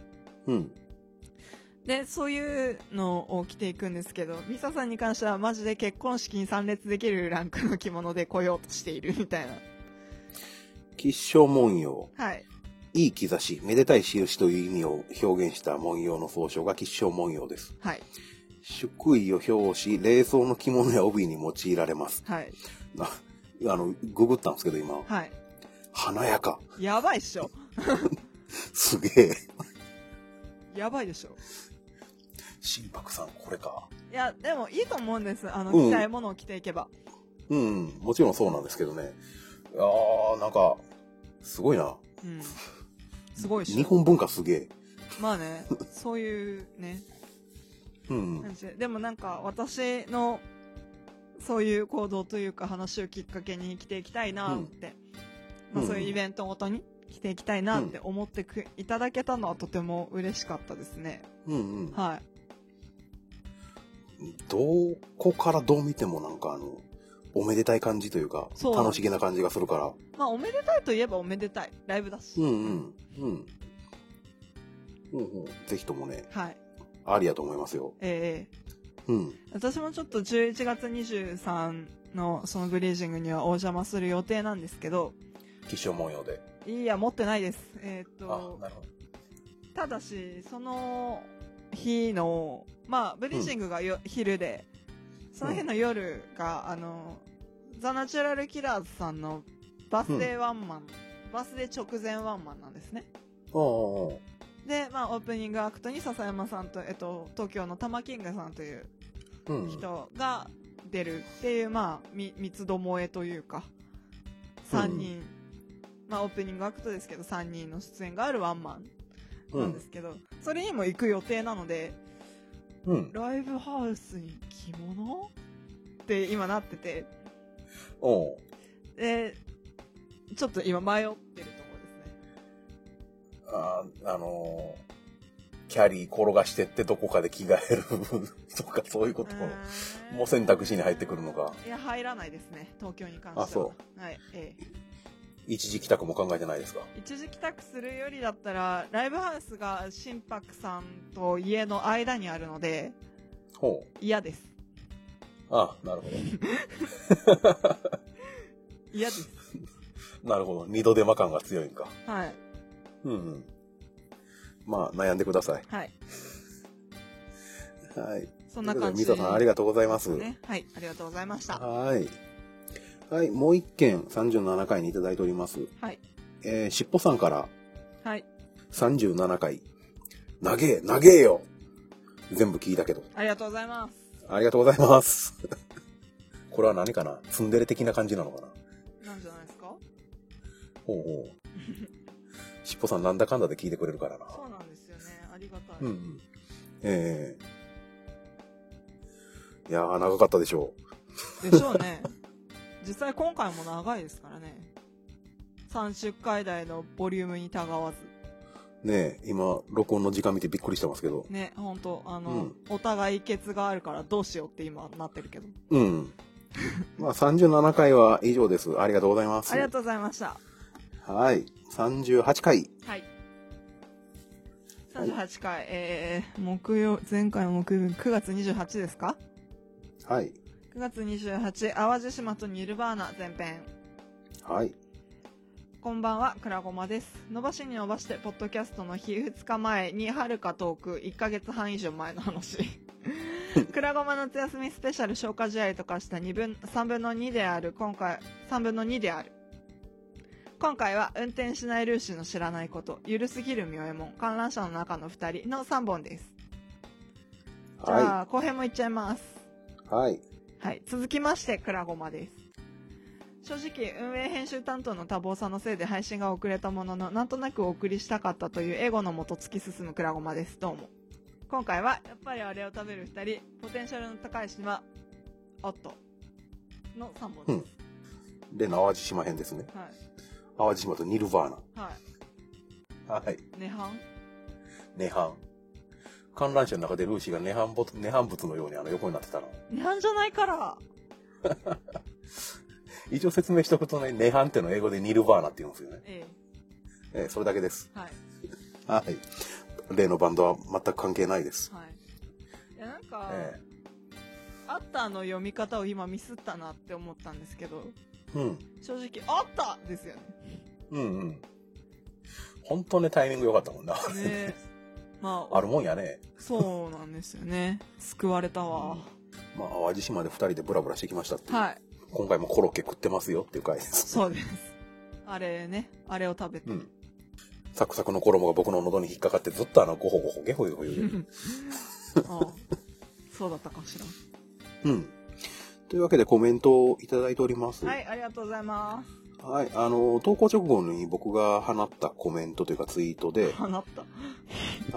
で、そういうのを着ていくんですけど、ミサさんに関してはマジで結婚式に参列できるランクの着物で来ようとしているみたいな。 吉祥文様。 はい。 いい兆し、めでたい印という意味を表現した文様の総称が吉祥文様です。 はい。 祝意を表し、礼装の着物や帯に用いられます。 はい。 ググったんですけど今。 はい。 華やか。 やばいっしょ。 すげえ。 やばいでしょ。 心拍さん、これか。 いや、でもいいと思うんです。着たいものを着ていけば。 うん、もちろんそうなんですけどね。なんか、すごいな。 うん。すごいっしょ。 日本文化すげえ。 まあね、そういうね。 うん。 でもなんか、私の、そういう行動というか話をきっかけに生きていきたいなって、まあそういうイベントごとに来ていきたいなって思っていただけたのはとても嬉しかったですね。はい。 どこからどう見てもなんかおめでたい感じというか、楽しげな感じがするから。 まあおめでたいといえばおめでたい。ライブだし。 ぜひともね、 はい。 ありやと思いますよ。 私もちょっと11月23のそのブリージングにはお邪魔する予定なんですけど。 吉祥文様で。 いや、持ってないです。 なるほど。 ただし、その日の、まあ、ブリージングが昼で、その日の夜が、ザ・ナチュラル・キラーズさんのバースデーワンマン、バースデー直前ワンマンなんですね。で、まあ、オープニングアクトに笹山さんと、東京のタマキングさんという人が出るっていう、まあ、三つどもえというか、3人、まあ、オープニングアクトですけど、3人の出演があるワンマンなんですけど、それにも行く予定なので、ライブハウスに着物って今なってて、で、ちょっと今迷ってるところですね。 キャリー転がしてってどこかで着替えるとかそういうことも選択肢に入ってくるのか。 いや、入らないですね、東京に関しては。 そう。 はい、 一時帰宅も考えてないですか？ 一時帰宅するよりだったら、ライブハウスが心拍さんと家の間にあるので、嫌です。 なるほど。 嫌です。 なるほど。二度手間感が強いんか。 はい。 まあ、悩んでください。 はい。 はい。 そんな感じで。みささん、ありがとうございます。 はい、ありがとうございました。 はい。もう一件、37回にいただいております。 はい。 しっぽさんから。 はい。 37回。長えよ。全部聞いたけど。 ありがとうございます。 ありがとうございます。これは何かな？ツンデレ的な感じなのかな？ なんじゃないですか？ しっぽさんなんだかんだで聞いてくれるからな。 そうなんですよね。ありがたい。 いやー、長かったでしょう。でしょうね。実際今回も長いですからね。30回台のボリュームにたがわず。 ねえ、今、録音の時間見てびっくりしてますけど。 ね、ほんと、お互いケツがあるからどうしようって今なってるけど。 まあ、37回は以上です。ありがとうございます。 ありがとうございました。 はい。38回。 はい。38回、前回の木曜日、9月28ですか？ はい。 9月28、淡路島とニルバーナ前編。 はい。 こんばんは、くらごまです。伸ばしに伸ばして、ポッドキャストの日2日前にはるか遠く、1ヶ月半以上前の話。くらごま夏休みスペシャル消化試合とかした3分の2である、3分の2である。今回は運転しないルーシーの知らないこと、ゆるすぎる妙右衛門、観覧車の中の2人の3本です。じゃあ、後編もいっちゃいます。 はい。 はい。続きまして、くらごまです。正直、運営編集担当の多忙さのせいで配信が遅れたものの、なんとなくお送りしたかったというエゴのもと突き進むくらごまです。どうも。今回は、やっぱりあれを食べる2人、ポテンシャルの高い島、おっと、の3本です。 で、淡路島編ですね。 はい。 淡路島とニルバーナ。 はい。 はい。 涅槃。観覧車の中でルーシーが涅槃物のように横になってたの。 涅槃じゃないから。 一応説明しておくとね、涅槃っての英語でニルバーナって言うんですよね。それだけです。 はい。 はい。例のバンドは全く関係ないです。 はい。いや、なんか、あったの読み方を今ミスったなって思ったんですけど、正直、あったですよね。 本当ね、タイミング良かったもんな。 ねまあるもんやね。 そうなんですよね。救われたわ。 まあ、淡路島で2人でブラブラしてきましたっていう。 はい。 今回もコロッケ食ってますよっていう回です。 そうです。あれね、あれを食べて。 サクサクの衣が僕の喉に引っかかってずっとゴホゴホゲホゲホゲああ、そうだったかもしれない。というわけでコメントをいただいております。 はい、ありがとうございます。 はい、投稿直後に僕が放ったコメントというかツイートで、 放った。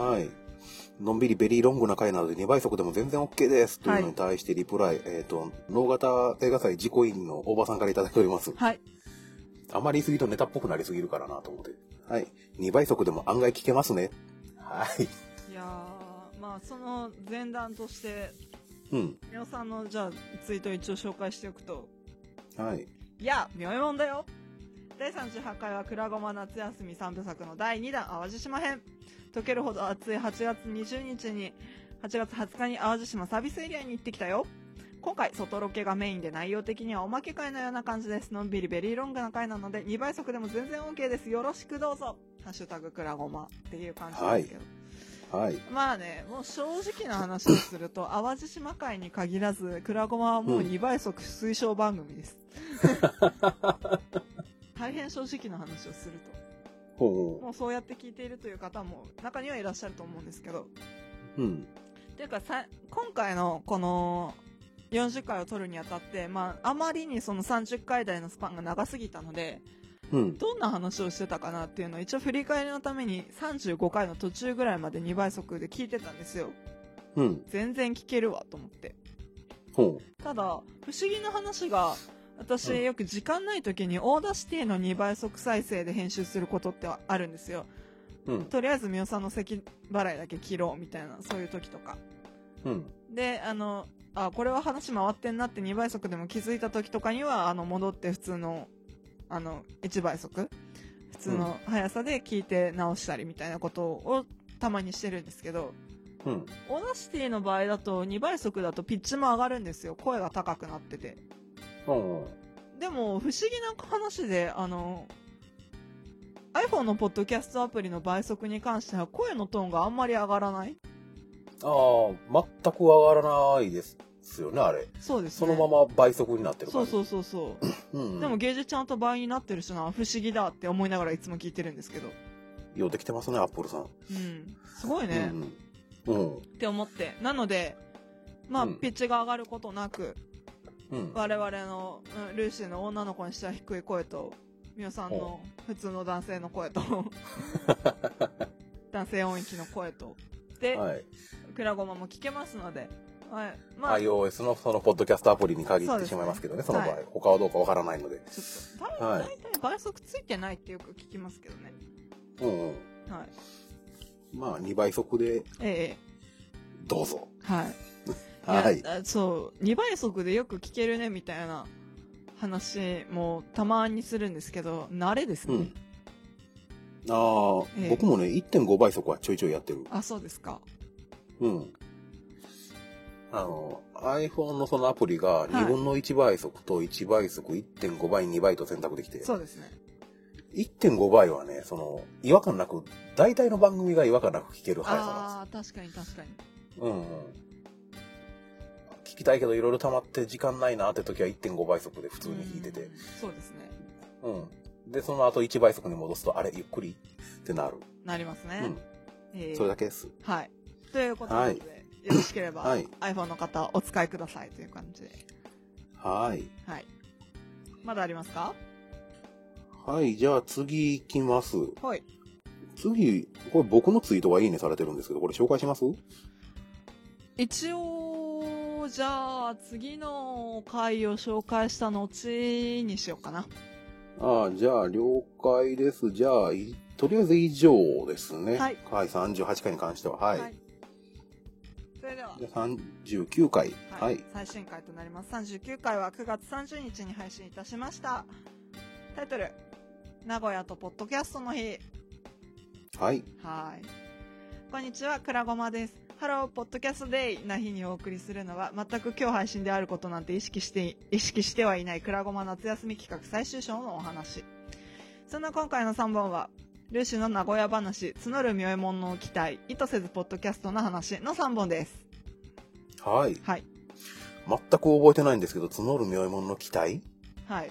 はい。のんびりベリーロングな回なので2倍速でも全然 OK ですというのに対してリプライ、能型映画祭自己員の大場さんからいただいております。 はい。 あまり言い過ぎとネタっぽくなりすぎるからなと思って。はい。2倍速でも案外聞けますね。はい。 いやー、まあその前段として、みおさんのじゃあツイートを一応紹介しておくと。 はい。 いや、妙もんだよ。第38回はくらごま夏休み3部作の第2弾淡路島編。溶けるほど暑い8月20日に8月20日に淡路島サービスエリアに行ってきたよ。今回外ロケがメインで内容的にはおまけ会のような感じです。のんびりベリーロングな回なので2倍速でも全然 OK です。よろしくどうぞ。ハッシュタグくらごまっていう感じですけど、はい、まあね、もう正直な話をすると淡路島会に限らずくらごまはもう2倍速推奨番組です、大変正直な話をするともうそうやって聞いているという方も中にはいらっしゃると思うんですけど、っていうか今回のこの40回を撮るにあたって、まあ、あまりにその30回台のスパンが長すぎたので、どんな話をしてたかなっていうのを一応振り返りのために35回の途中ぐらいまで2倍速で聞いてたんですよ。全然聞けるわと思って。ただ、不思議な話が、私よく時間ない時にオーダーシティの2倍速再生で編集することってあるんですよ。とりあえずみおさんの咳払いだけ切ろうみたいな、そういう時とか。で、これは話回ってんなって2倍速でも気づいた時とかには、戻って普通の、1倍速普通の速さで聞いて直したりみたいなことをたまにしてるんですけど、オーダーシティの場合だと2倍速だとピッチも上がるんですよ。声が高くなってて。でも、不思議な話で、iPhone のポッドキャストアプリの倍速に関しては声のトーンがあんまり上がらない。 全く上がらないですよね、あれ。 そうですね。 そのまま倍速になってる感じ。そう。でもゲージちゃんと倍になってるしな、不思議だって思いながらいつも聞いてるんですけど。 ようできてますね、アップルさん。 すごいね。って思って。なので、まあ、ピッチが上がることなく、我々の、ルーシーの女の子にしては低い声と、みおさんの普通の男性の声と、男性音域の声と、で、くらごまも聞けますので、 まあ、iOS のそのポッドキャストアプリに限ってしまいますけどね、その場合。他はどうかわからないので。 ちょっと、大体倍速ついてないってよく聞きますけどね。 まあ、2倍速で、どうぞ。 そう、2倍速でよく聞けるねみたいな話もたまにするんですけど、慣れですね。 僕もね、1.5 倍速はちょいちょいやってる。 そうですか。 iPhone のそのアプリが2分の1倍速と1倍速、1.5 倍、2倍と選択できて。 そうですね。 1.5 倍はね、違和感なく、大体の番組が違和感なく聞ける速さなんですよ。確かに。 聞きたいけどいろいろ溜まって時間ないなって時は 1.5 倍速で普通に聞いてて。 そうですね。 で、その後1倍速に戻すと、あれ、ゆっくりってなりますね。 それだけです。 はい。ということで、よろしければ、iPhone の方お使いくださいという感じで。はい。まだありますか？ はい、じゃあ次行きます。 はい。 次、これ僕のツイートがいいねされてるんですけど、これ紹介します？ 一応、じゃあ次の回を紹介した後にしようかな。 じゃあ了解です。じゃあ、とりあえず以上ですね。 はい。 38回に関しては。はい。 それでは。 39回。はい。 最新回となります。39回は9月30日に配信いたしました。タイトル、名古屋とポッドキャストの日。 はい。 こんにちは、くらごまです。ハロー、ポッドキャストデイな日にお送りするのは、全く今日配信であることなんて意識してはいないくらごま夏休み企画最終章のお話。そんな今回の3本は、 ルーシーの名古屋話、募る妙右衛門の期待、意図せずポッドキャストの話の3本です。 はい。 はい。 全く覚えてないんですけど、募る妙右衛門の期待はい。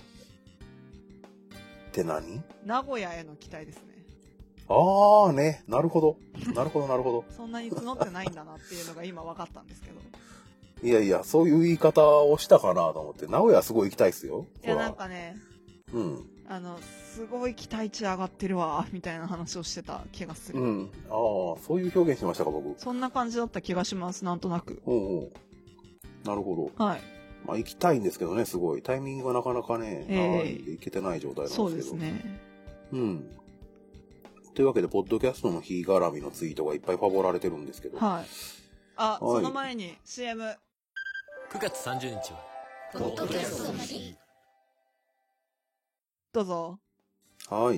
って何？ 名古屋への期待ですね。 ああね、なるほど。なるほど、なるほど。 そんなに募ってないんだなっていうのが今分かったんですけど。 いやいや、そういう言い方をしたかなと思って、名古屋すごい行きたいっすよ。 いや、なんかね、 うん。 すごい期待値上がってるわ、みたいな話をしてた気がする。 うん。ああ、そういう表現しましたか、僕。 そんな感じだった気がします、なんとなく。 うんうん。なるほど。 はい。 まあ行きたいんですけどね、すごい。タイミングがなかなかね、ないんで行けてない状態なんですけど。 そうですね。 うん。というわけで、ポッドキャストの日絡みのツイートがいっぱいファボられてるんですけど。 はい。あ、はい、その前に CM。9 月30日は、ポッドキャストの日。 どうぞ。 はい。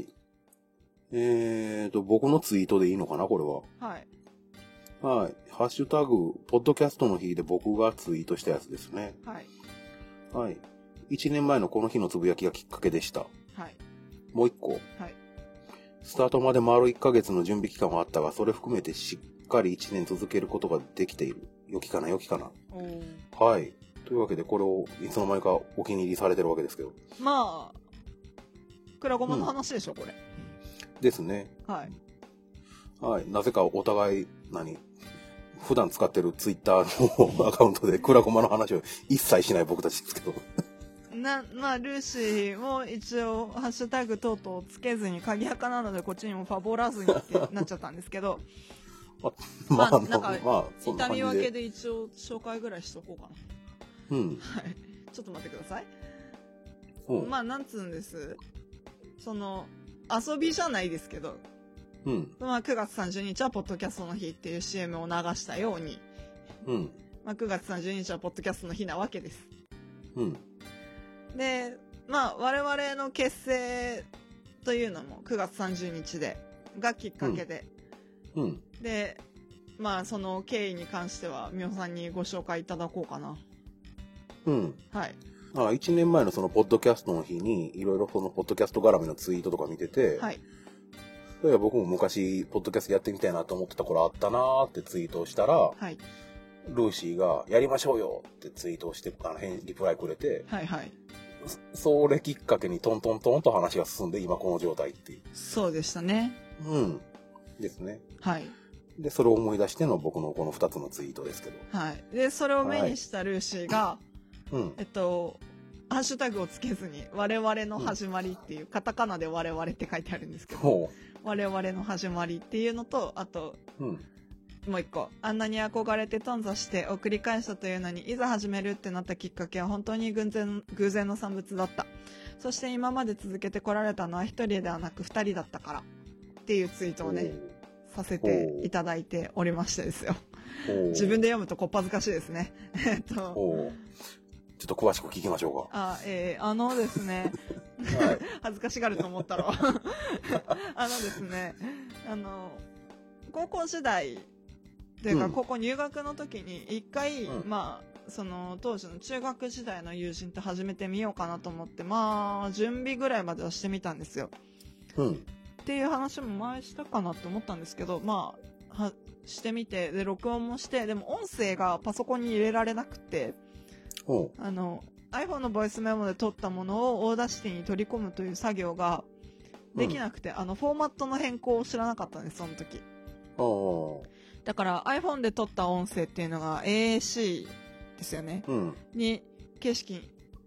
僕のツイートでいいのかな、これは。 はい。 はい。ハッシュタグ、ポッドキャストの日で僕がツイートしたやつですね。 はい。 はい。1年前のこの日のつぶやきがきっかけでした。 はい。 もう1個。 はい。 スタートまで丸1ヶ月の準備期間はあったが、それ含めてしっかり1年続けることができている。良きかな、良きかな。はい。というわけで、これをいつの間にかお気に入りされてるわけですけど。 まあ、クラゴマの話でしょ、これ。 ですね。 はい。 はい。なぜかお互い、普段使ってるツイッターのアカウントでクラゴマの話を一切しない僕たちですけど。 まあ、ルーシーも一応、ハッシュタグ等々つけずに、鍵垢なのでこっちにもファボらずにってなっちゃったんですけど、まあ、なんか、痛み分けで一応紹介ぐらいしとこうかな。うん。 はい。ちょっと待ってください。まあ、なんつうんです。遊びじゃないですけど、 うん。 まあ、9月30日はポッドキャストの日っていう CM を流したように、 うん。 まあ、9月30日はポッドキャストの日なわけです。 うん。 で、まあ、我々の結成というのも9月30日がきっかけで、 うん。 で、まあ、その経緯に関しては、みおさんにご紹介いただこうかな。 うん。 はい。 1年前のそのポッドキャストの日に、いろいろそのポッドキャスト絡みのツイートとか見てて、 はい。 そういや僕も昔、ポッドキャストやってみたいなと思ってた頃あったなーってツイートをしたら、 はい。 ルーシーが、やりましょうよってツイートをして、リプライくれて、 はいはい。 それきっかけにトントントンと話が進んで、今この状態っていう。 そうでしたね。 うん。ですね。 はい。 で、それを思い出しての僕のこの2つのツイートですけど。 はい。で、それを目にしたルーシーが、 うん。 ハッシュタグをつけずに、我々の始まりっていう、カタカナで我々って書いてあるんですけど、我々の始まりっていうのと、あと、もう一個、あんなに憧れて頓挫してを繰り返したというのに、いざ始めるってなったきっかけは本当に偶然の産物だった。そして今まで続けてこられたのは一人ではなく二人だったから。っていうツイートをね、させていただいておりましてですよ。自分で読むとこっぱずかしいですね。 ちょっと詳しく聞きましょうか。 ですね、はい、恥ずかしがると思ったろ。ですね、高校時代というか、高校入学の時に一回、まあ、その当時の中学時代の友人と始めてみようかなと思って、まあ、準備ぐらいまではしてみたんですよ。っていう話も前したかなと思ったんですけど、まあ、してみて、で、録音もして、でも音声がパソコンに入れられなくて、iPhone のボイスメモで撮ったものをオーダーシティに取り込むという作業ができなくて、フォーマットの変更を知らなかったんです、その時。だから iPhone で撮った音声っていうのが AAC ですよね。に、形式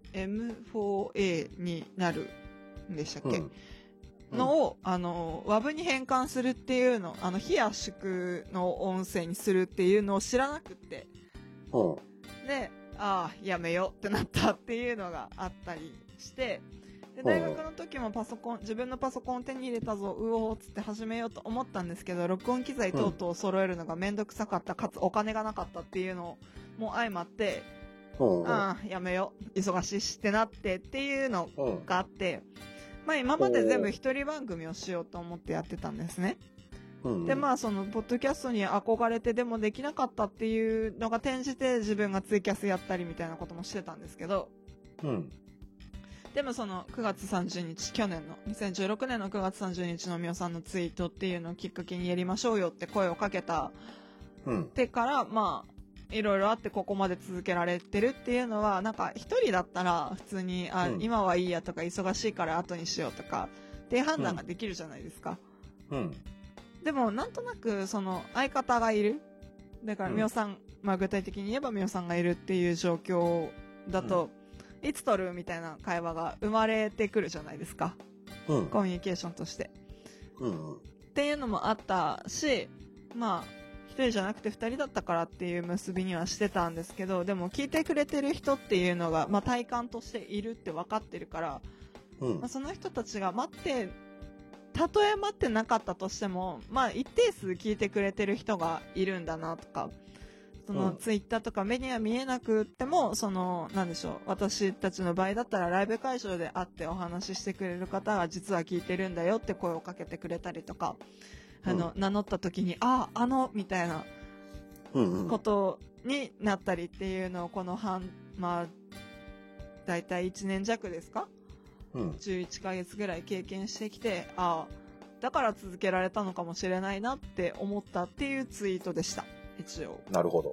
M4A になるんでしたっけ、のを、WAV に変換するっていうの、非圧縮の音声にするっていうのを知らなくって。で、やめようってなったっていうのがあったりして、で、大学の時も自分のパソコンを手に入れたぞ、うおーっつって始めようと思ったんですけど、録音機材等々を揃えるのがめんどくさかった、かつお金がなかったっていうのも相まって、やめよう、忙しいしってなってっていうのがあって、まあ今まで全部一人番組をしようと思ってやってたんですね。で、まあその、ポッドキャストに憧れてでもできなかったっていうのが転じて自分がツイキャスやったりみたいなこともしてたんですけど、 でもその9月30日、去年の2016年の9月30日のみおさんのツイートっていうのをきっかけにやりましょうよって声をかけたってから、まあいろいろあってここまで続けられてるっていうのは、なんか一人だったら普通に今はいいやとか忙しいから後にしようとかっていう判断ができるじゃないですか。でもなんとなくその相方がいる、だからみおさん、まあ具体的に言えばみおさんがいるっていう状況だと、いつ撮るみたいな会話が生まれてくるじゃないですか、コミュニケーションとして、っていうのもあったし、まあ1人じゃなくて2人だったからっていう結びにはしてたんですけど、でも聞いてくれてる人っていうのが、まあ、体感としているって分かってるから、まあ、その人たちがたとえ待ってなかったとしても、まあ、一定数聞いてくれてる人がいるんだなとか、そのツイッターとか目には見えなくっても、そのなんでしょう、私たちの場合だったらライブ会場で会ってお話ししてくれる方が実は聞いてるんだよって声をかけてくれたりとか、名乗った時にみたいなことになったりっていうのをこのまあだいたい1年弱ですか、11ヶ月ぐらい経験してきて、だから続けられたのかもしれないなって思ったっていうツイートでした。一応。なるほど。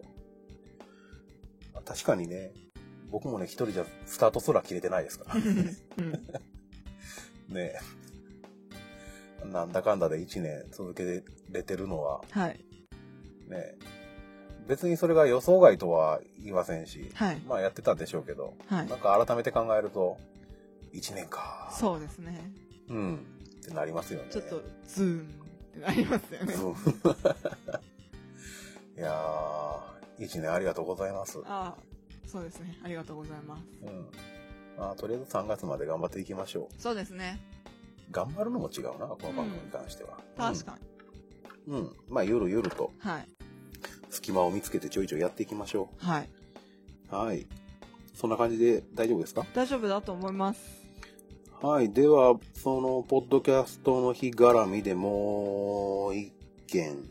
確かにね、僕もね、一人じゃスタートすら切れてないですから。ねえ。なんだかんだで1年続けれてるのは、ねえ、別にそれが予想外とは言いませんし、まあやってたんでしょうけど、なんか改めて考えると、1年か。 そうですね。 ってなりますよね。 ちょっとズーンってなりますよね。 いやー、1年ありがとうございます。 そうですね。ありがとうございます。 とりあえず3月まで頑張っていきましょう。 そうですね。 頑張るのも違うな、この番組に関しては。 確かに。まあ、ゆるゆると、隙間を見つけてちょいちょいやっていきましょう。はい。そんな感じで大丈夫ですか？ 大丈夫だと思います。 はい。では、その、ポッドキャストの日絡みでもう一件。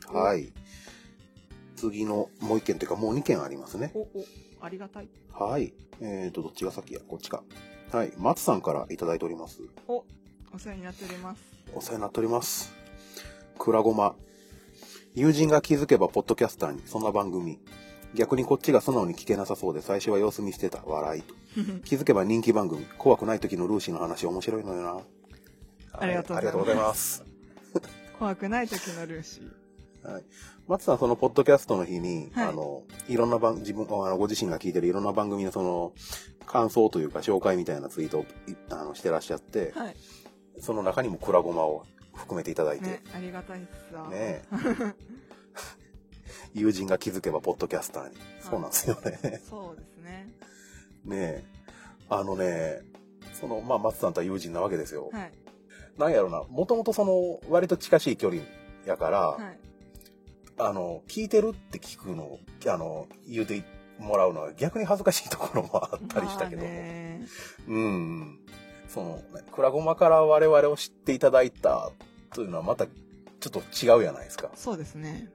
次のもう一件というかもう2件ありますね。 ありがたい。 はい。どっちが先や？こっちか。はい。松さんからいただいております。 お世話になっております。 お世話になっております。くらごま。友人が気づけばポッドキャスターに、そんな番組。逆にこっちが素直に聞けなさそうで最初は様子見してた。笑いと。気づけば人気番組。怖くない時のルーシーの話面白いのよな。 ありがとうございます。怖くない時のルーシー。 松さん、そのポッドキャストの日に、いろんなご自身が聞いてるいろんな番組のその感想というか紹介みたいなツイートをしてらっしゃって、その中にもくらごまを含めていただいて、 ありがたいっすわ。 友人が気づけばポッドキャスターに、そうなんですよね。 そうですね。 その松さんとは友人なわけですよ。なんやろな、もともとその割と近しい距離やから。聞いてるって聞くのを言うてもらうのは逆に恥ずかしいところもあったりしたけども、そのくらごまから我々を知っていただいたというのはまたちょっと違うじゃないですか。 そうですね。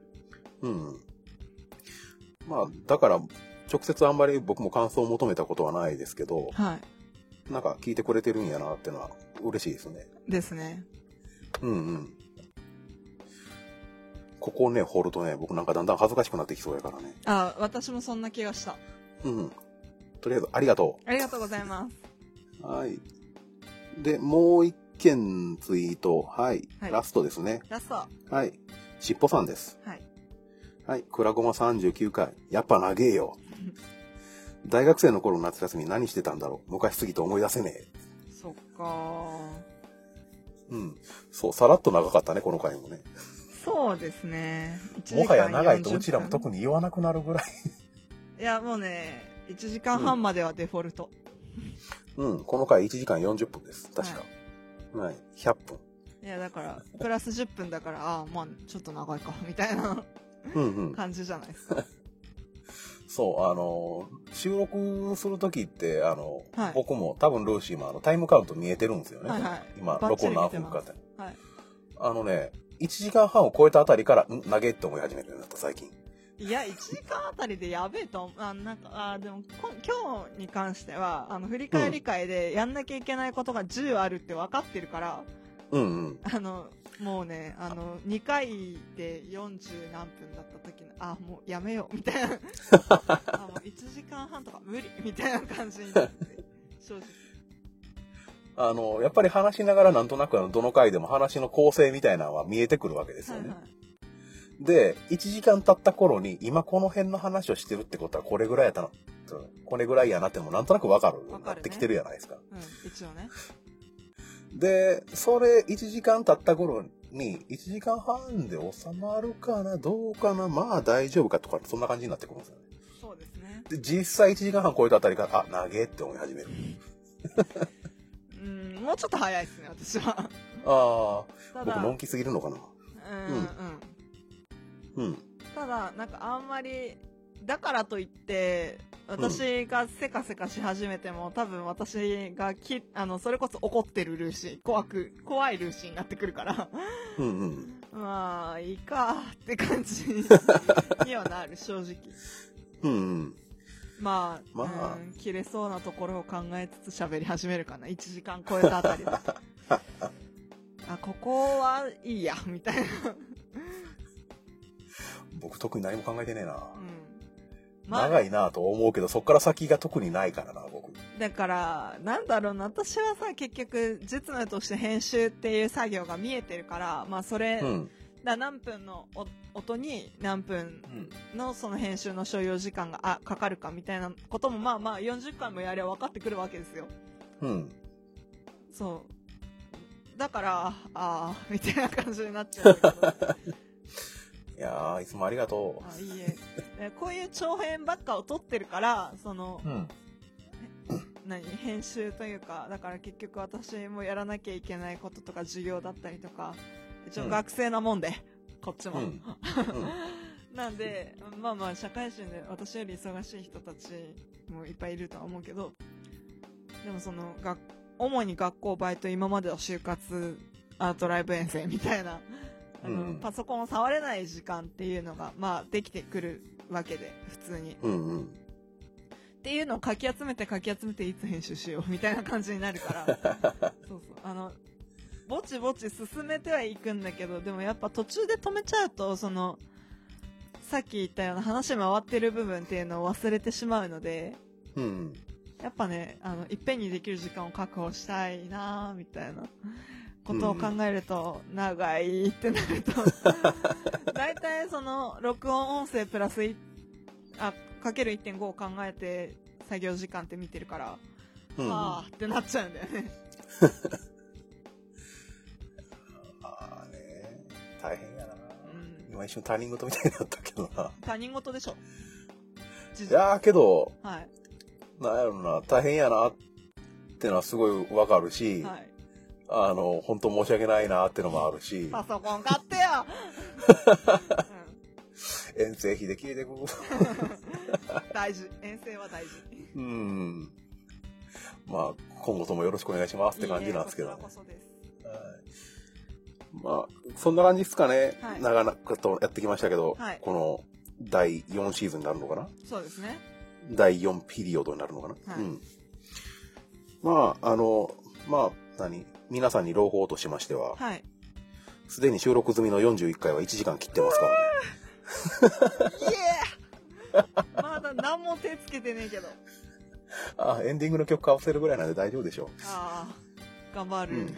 まあだから直接あんまり僕も感想を求めたことはないですけど、なんか聞いてくれてるんやなっていうのは嬉しいですね。 ですね。 ここをね、掘るとね、僕なんかだんだん恥ずかしくなってきそうやからね。 私もそんな気がした。 とりあえず、ありがとう。ありがとうございます。 で、もう一件ツイート。ラストですね。 ラスト。 しっぽさんです。くらごま39回。やっぱ長えよ。大学生の頃の夏休み何してたんだろう。昔すぎて思い出せねえ。 そっかそう、さらっと長かったね、この回もね。 そうですね。 もはや長いとうちらも特に言わなくなるぐらい。 いや、もうね、1時間半まではデフォルト。 この回1時間40分です。確か。100分。 いや、だから、プラス10分だから、まあ、ちょっと長いか、みたいな感じじゃないですか。 そう、収録するときって、僕も多分ルーシーもタイムカウント見えてるんですよね。今、録音何分かって。1時間半を超えたあたりから、投げって思い始めるようになった、最近。 いや、1時間あたりでやべえと、でも、今日に関しては、振り返り会でやんなきゃいけないことが10あるって分かってるから、もうね、2回で40何分だった時に、もうやめよう、みたいな。もう1時間半とか無理、みたいな感じになって、正直。やっぱり話しながらなんとなくどの回でも話の構成みたいなのは見えてくるわけですよね。はいはい、で、1時間経った頃に、今この辺の話をしてるってことはこれぐらいやったの。これぐらいやなってもなんとなくわかるようになってきてるじゃないですか。 一応ね。 で、それ1時間経った頃に、1時間半で収まるかな、どうかな、まあ大丈夫かとか、そんな感じになってくるんですよね。 そうですね。 で、実際1時間半超えたあたりから、長えって思い始める。 もうちょっと早いですね、私は。 僕、のんきすぎるのかな。 ただ、なんかあんまり、だからといって、私がせかせかし始めても、多分私がそれこそ怒ってるルーシー、怖いルーシーになってくるから、まあ、いいかって感じにはなる、正直。まあ、切れそうなところを考えつつ喋り始めるかな、1時間超えたあたりで。ここはいいや、みたいな。 僕特に何も考えてねえな。長いなと思うけど、そっから先が特にないからな、僕。 だから、なんだろうな、私はさ、結局、実務として編集っていう作業が見えてるから、まあ、それ、何分の音に何分のその編集の所要時間がかかるかみたいなことも、まあまあ、40回もやれば分かってくるわけですよ。そう。だから、みたいな感じになっちゃうんだけど。 いやー、いつもありがとう。いいえ。こういう長編ばっかを撮ってるから、編集というか、だから結局私もやらなきゃいけないこととか授業だったりとか、一応学生なもんで、こっちも。なんで、まあまあ社会人で私より忙しい人たちもいっぱいいるとは思うけど、でも主に学校、バイト、今までは就活、アートライブ遠征みたいな、パソコンを触れない時間っていうのが、まあ、できてくるわけで、普通に。っていうのをかき集めていつ編集しようみたいな感じになるから。そう。ぼちぼち進めてはいくんだけど、でもやっぱ途中で止めちゃうと、さっき言ったような話回ってる部分っていうのを忘れてしまうので、やっぱね、いっぺんにできる時間を確保したいなみたいな。ことを考えると、長いってなると、だいたい録音音声プラスかける 1.5 を考えて作業時間って見てるから、ってなっちゃうんだよね。 大変やな。今一瞬他人事みたいになったけどな。 他人事でしょ。 いやーけど、なんやろな、大変やなってのはすごいわかるし、本当申し訳ないなってのもあるし。 パソコン買ってよ遠征費で消えてく。 大事。遠征は大事。 まあ、今後ともよろしくお願いしますって感じなんですけどね。 こちらこそです。 まあ、そんな感じですかね。長々とやってきましたけど、この第4シーズンになるのかな？ そうですね。 第4ピリオドになるのかな？皆さんに朗報としましては、すでに収録済みの41回は1時間切ってますからね。 まだ何も手つけてねえけど。 エンディングの曲かわせるぐらいなんで大丈夫でしょう。 頑張る。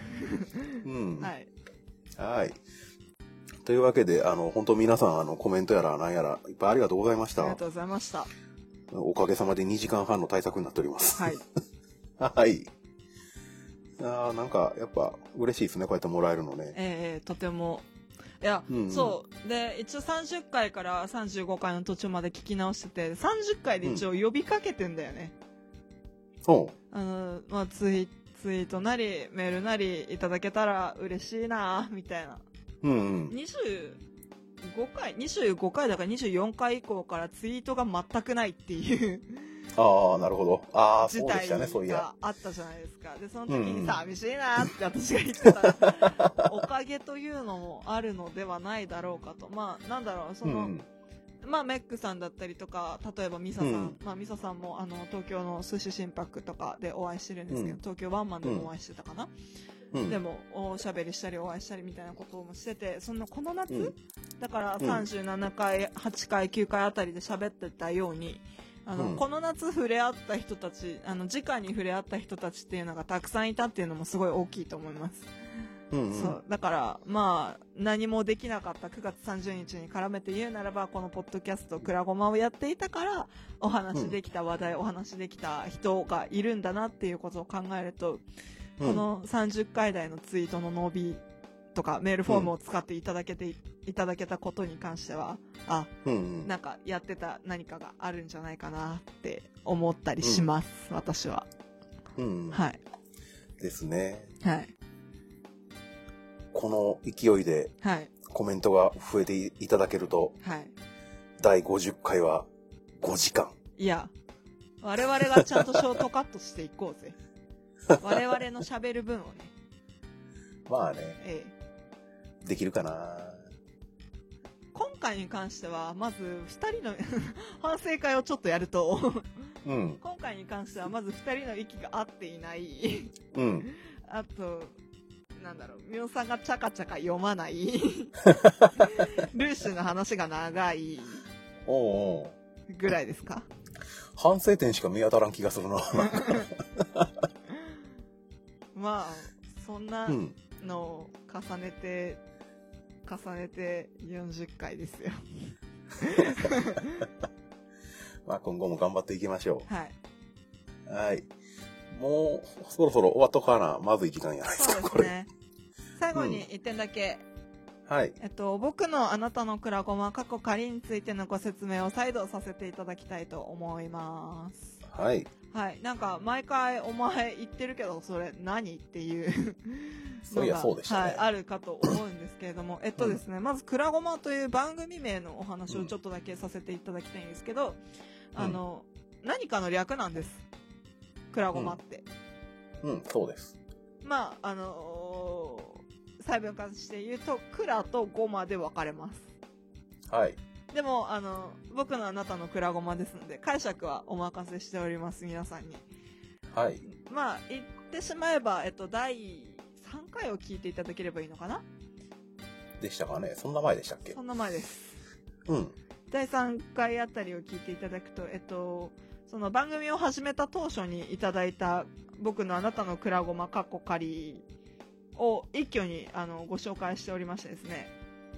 はい。というわけで、本当皆さん、コメントやら何やら、いっぱいありがとうございました。 ありがとうございました。 おかげさまで2時間半の対策になっております。 はい。 はい。なんか、やっぱ、嬉しいですね、こうやってもらえるのね。 とても。いや、そう。で、一応30回から35回の途中まで聞き直してて、30回で一応呼びかけてんだよね。まあ、ツイートなり、メールなりいただけたら嬉しいなみたいな。25回だから24回以降からツイートが全くないっていう。 なるほど。 事態があったじゃないですか。で、その時に寂しいなって私が言ってた、おかげというのもあるのではないだろうかと。まあ、なんだろう、 まあ、メックさんだったりとか、例えばミサさん。 うん、 まあ、ミサさんも、東京の寿司心拍とかでお会いしてるんですけど、東京ワンマンでもお会いしてたかな。でも、おしゃべりしたりお会いしたりみたいなこともしてて、この夏、だから37回、8回、9回あたりで喋ってたように、この夏触れ合った人たち、直に触れ合った人たちっていうのがたくさんいたっていうのもすごい大きいと思います。そうだからまあ何もできなかった9月30日に絡めて言うならば、このポッドキャストくらごまをやっていたからお話できた話題、お話できた人がいるんだなっていうことを考えると、この30回台のツイートの伸びとかメールフォームを使っていただけたことに関しては、なんかやってた何かがあるんじゃないかなって思ったりします、私は。はいですね。 はい。 この勢いでコメントが増えていただけると、第50回は5時間。 いや、我々がちゃんとショートカットしていこうぜ。我々の喋る分をね。 まあね、できるかな。 今回に関してはまず2人の反省会をちょっとやると、今回に関してはまず2人の息が合っていない、あとなんだろう、ミオさんがチャカチャカ読まないルーシュの話が長いぐらいですか。 反省点しか見当たらん気がするなまあそんなのを重ねて40回ですよまあ今後も頑張っていきましょう。 はい。もうそろそろ終わっとかな。まずい時間やないですか。 そうですね。最後に1点だけ。 はい。 僕のあなたのくらごま過去仮についてのご説明を再度させていただきたいと思います。 はい。 はい。なんか毎回お前言ってるけどそれ何っていうそういやそうでしたね。 あるかと思うんですけれども、ですね、まずくらごまという番組名のお話をちょっとだけさせていただきたいんですけど、何かの略なんです。くらごまって。 そうです。 まあ、細分化して言うと、くらとごまで分かれます。 はい。 でも、僕のあなたのくらごまですので、解釈はお任せしております、皆さんに。 はい。 まあ、言ってしまえば、第3回を聞いていただければいいのかな？ でしたかね。そんな前でしたっけ？ そんな前です。 うん。 第3回あたりを聞いていただくと、その番組を始めた当初にいただいた僕のあなたのくらごまかっこ仮を一挙にご紹介しておりましてですね。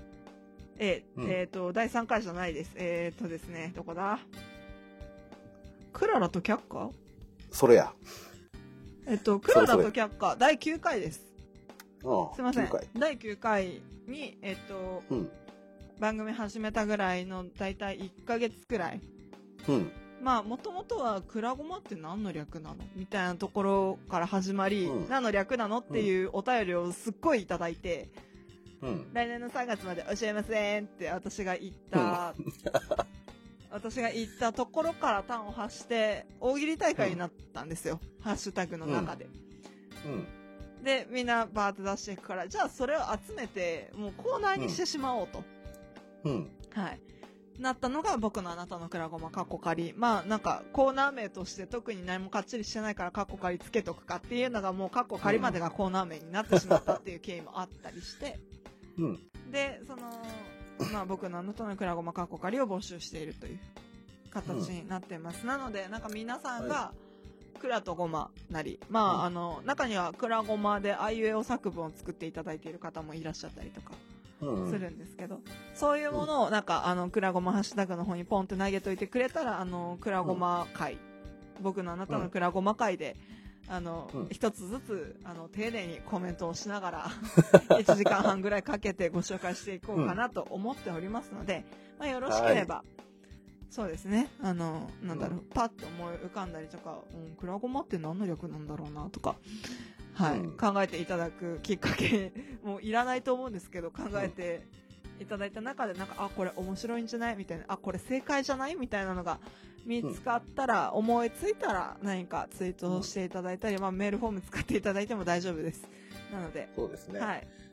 第3回じゃないです。ですね、どこだ？クララと却下？ それや。 クララと却下、第9回です。すいません。 9回。 第9回に、番組始めたぐらいのだいたい1ヶ月くらい。まあ、もともとは、くらごまって何の略なのみたいなところから始まり、何の略なのっていうお便りをすっごいいただいて、来年の3月まで教えませんって私が言った、ところから端を発して、大喜利大会になったんですよ。ハッシュタグの中で。で、みんなバーって出していくから、じゃあそれを集めて、もうコーナーにしてしまおうと。はい。なったのが僕のあなたのくらごまかっこ仮。まあなんかコーナー名として特に何もかっちりしてないからかっこ仮つけとくかっていうのがもうかっこ仮までがコーナー名になってしまったっていう経緯もあったりして。で、まあ僕のあなたのくらごまかっこ仮を募集しているという形になっています。なのでなんか皆さんが、くらとごまなり、まあ中にはくらごまであいうえお作文を作っていただいている方もいらっしゃったりとか。するんですけど、そういうものをなんかくらごまハッシュタグの方にポンって投げといてくれたらくらごま会、僕のあなたのくらごま会で一つずつ丁寧にコメントをしながら1時間半ぐらいかけてご紹介していこうかなと思っておりますので、まあ、よろしければ、そうですね、なんだろう、パッと思い浮かんだりとか、くらごまって何の略なんだろうなとか、はい、考えていただくきっかけもういらないと思うんですけど、考えていただいた中でなんか、これ面白いんじゃないみたいな、これ正解じゃないみたいなのが見つかったら、思いついたら何かツイートしていただいたり、まあ、メールフォーム使っていただいても大丈夫です。なので、 そうですね。 はい。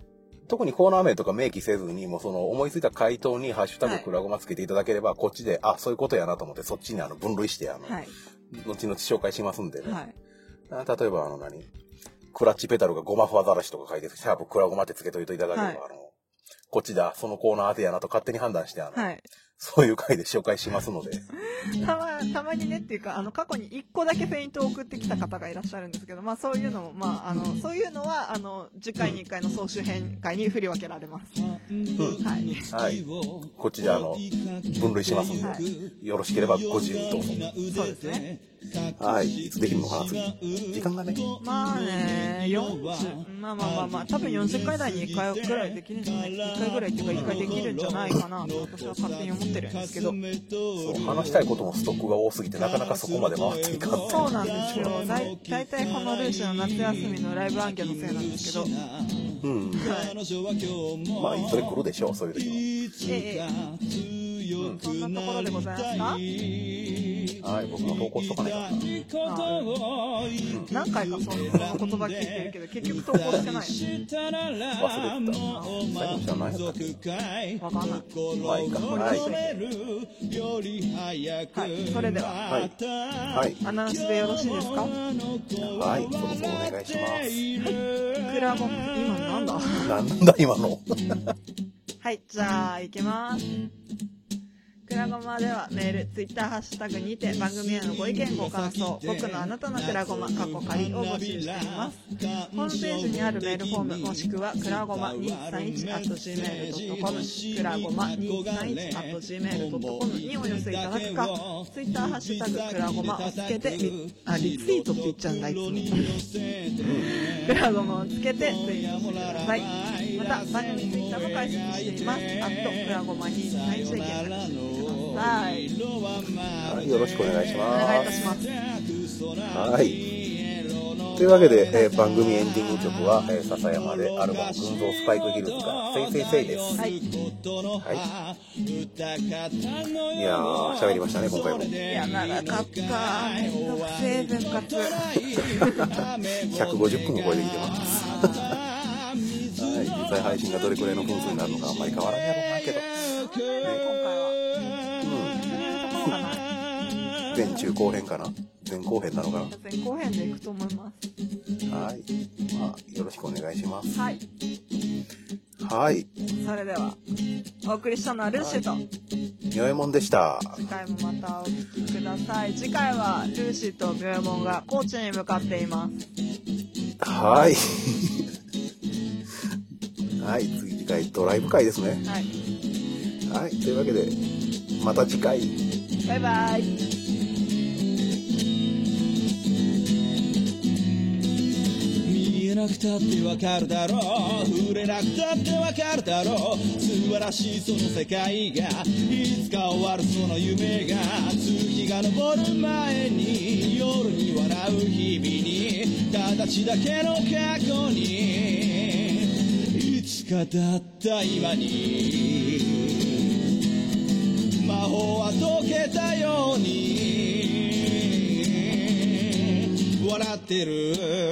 特にコーナー名とか明記せずに、もうその思いついた回答にハッシュタグくらごまつけていただければ、こっちで、あ、そういうことやなと思って、そっちに分類して、後々紹介しますんでね。例えば、クラッチペダルがゴマフアザラシとか書いて、シャープくらごまってつけといていただければ、こっちだ、そのコーナー当てやなと勝手に判断して、そういう回で紹介しますので。 たまにねっていうか、過去に1個だけフェイントを送ってきた方がいらっしゃるんですけど、まあそういうのも、そういうのは、10回に1回の総集編会に振り分けられます。 はい。こっちで分類しますんで、よろしければご自由にどうぞ。 そうですね。 はい。いつできるのかな、次。時間がね。 まあね、まあ、多分40回台に1回ぐらいできるんじゃない ?1 回ぐらいっていうか1回できるんじゃないかなと私は勝手に思ってるんですけど。 そう、話したいこともストックが多すぎて、なかなかそこまで回っていかん。 そうなんですよ。だいたいこのルーシーの夏休みのライブ案件のせいなんですけど。 まあ、それ来るでしょう、そういう時も。そんなところでございますか？ はい、僕も投稿しとかないからな。 何回かその言葉聞いてるけど、結局投稿してない。 忘れてた。最後じゃないのか。 わかんない。 まあいいか。はい。 それでは。 はい。 アナウンスでよろしいですか？ はい、そろそろお願いします。 クラゴマ、今なんだ？ なんだ今の。 はい、じゃあ行きます。くらごまではメール、ツイッター、ハッシュタグにて番組へのご意見ご感想、僕のあなたのくらごま、過去仮を募集しています。ホームページにあるメールフォーム、もしくはくらごま231@gmail.com、くらごま231@gmail.com にお寄せいただくか、ツイッター、ハッシュタグくらごまをつけてリツイートって言っちゃうんだいつも。くらごまをつけてツイートしてください。また番組ツイッターも開設しています。くらごま231で検索してください。はい、 よろしくお願いします。 お願いいたします。 はい。というわけで、番組エンディング曲は、笹山でアルバム群像スパイクヒルズがせいせいせいです。はい。はい。いやー、喋りましたね、今回も。 いや、長かった。めんどくせえ分割。 150分を超えてきてます。はい、実際配信がどれくらいの分数になるのかあんまり変わらんやろうなけど。 今回は。 前中後編かな、前後編なのかな、 前後編でいくと思います。 はい、まあよろしくお願いします。 はいはい。 それではお送りしたのはルーシーとみよえもんでした。 次回もまたお聞きください。次回はルーシーとみよえもんが高知に向かっています。 はいはい、次回ドライブ会ですね。はい、というわけでまた次回、 バイバイ。 見えなくたってわかるだろう、触れなくたってわかるだろう、素晴らしいその世界がいつか終わる、その夢が月が昇る前に、夜に笑う日々に、形だけの過去に、いつかだった今に魔法は解けたように笑ってる、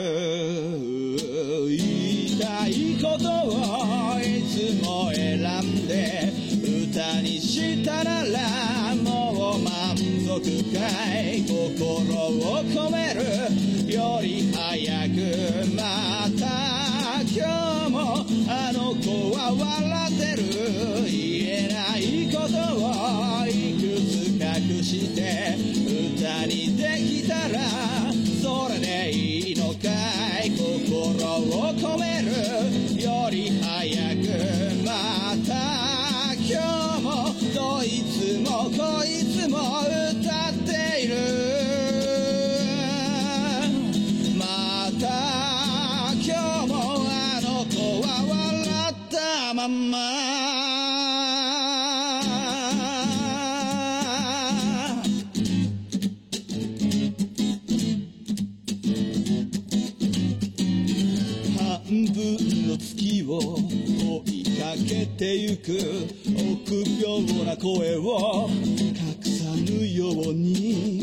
言いたいことをいつも選んで歌にしたならもう満足かい、心を込めるより早く、また今日もあの子は笑ってる、言えないことをいくつ隠して歌にできたらそれでいいのかい、心を込めるより早く、また今日もどいつもこいつも歌っている、また今日もあの子は笑ったまんま、月を追いかけてゆく臆病な声を隠さぬように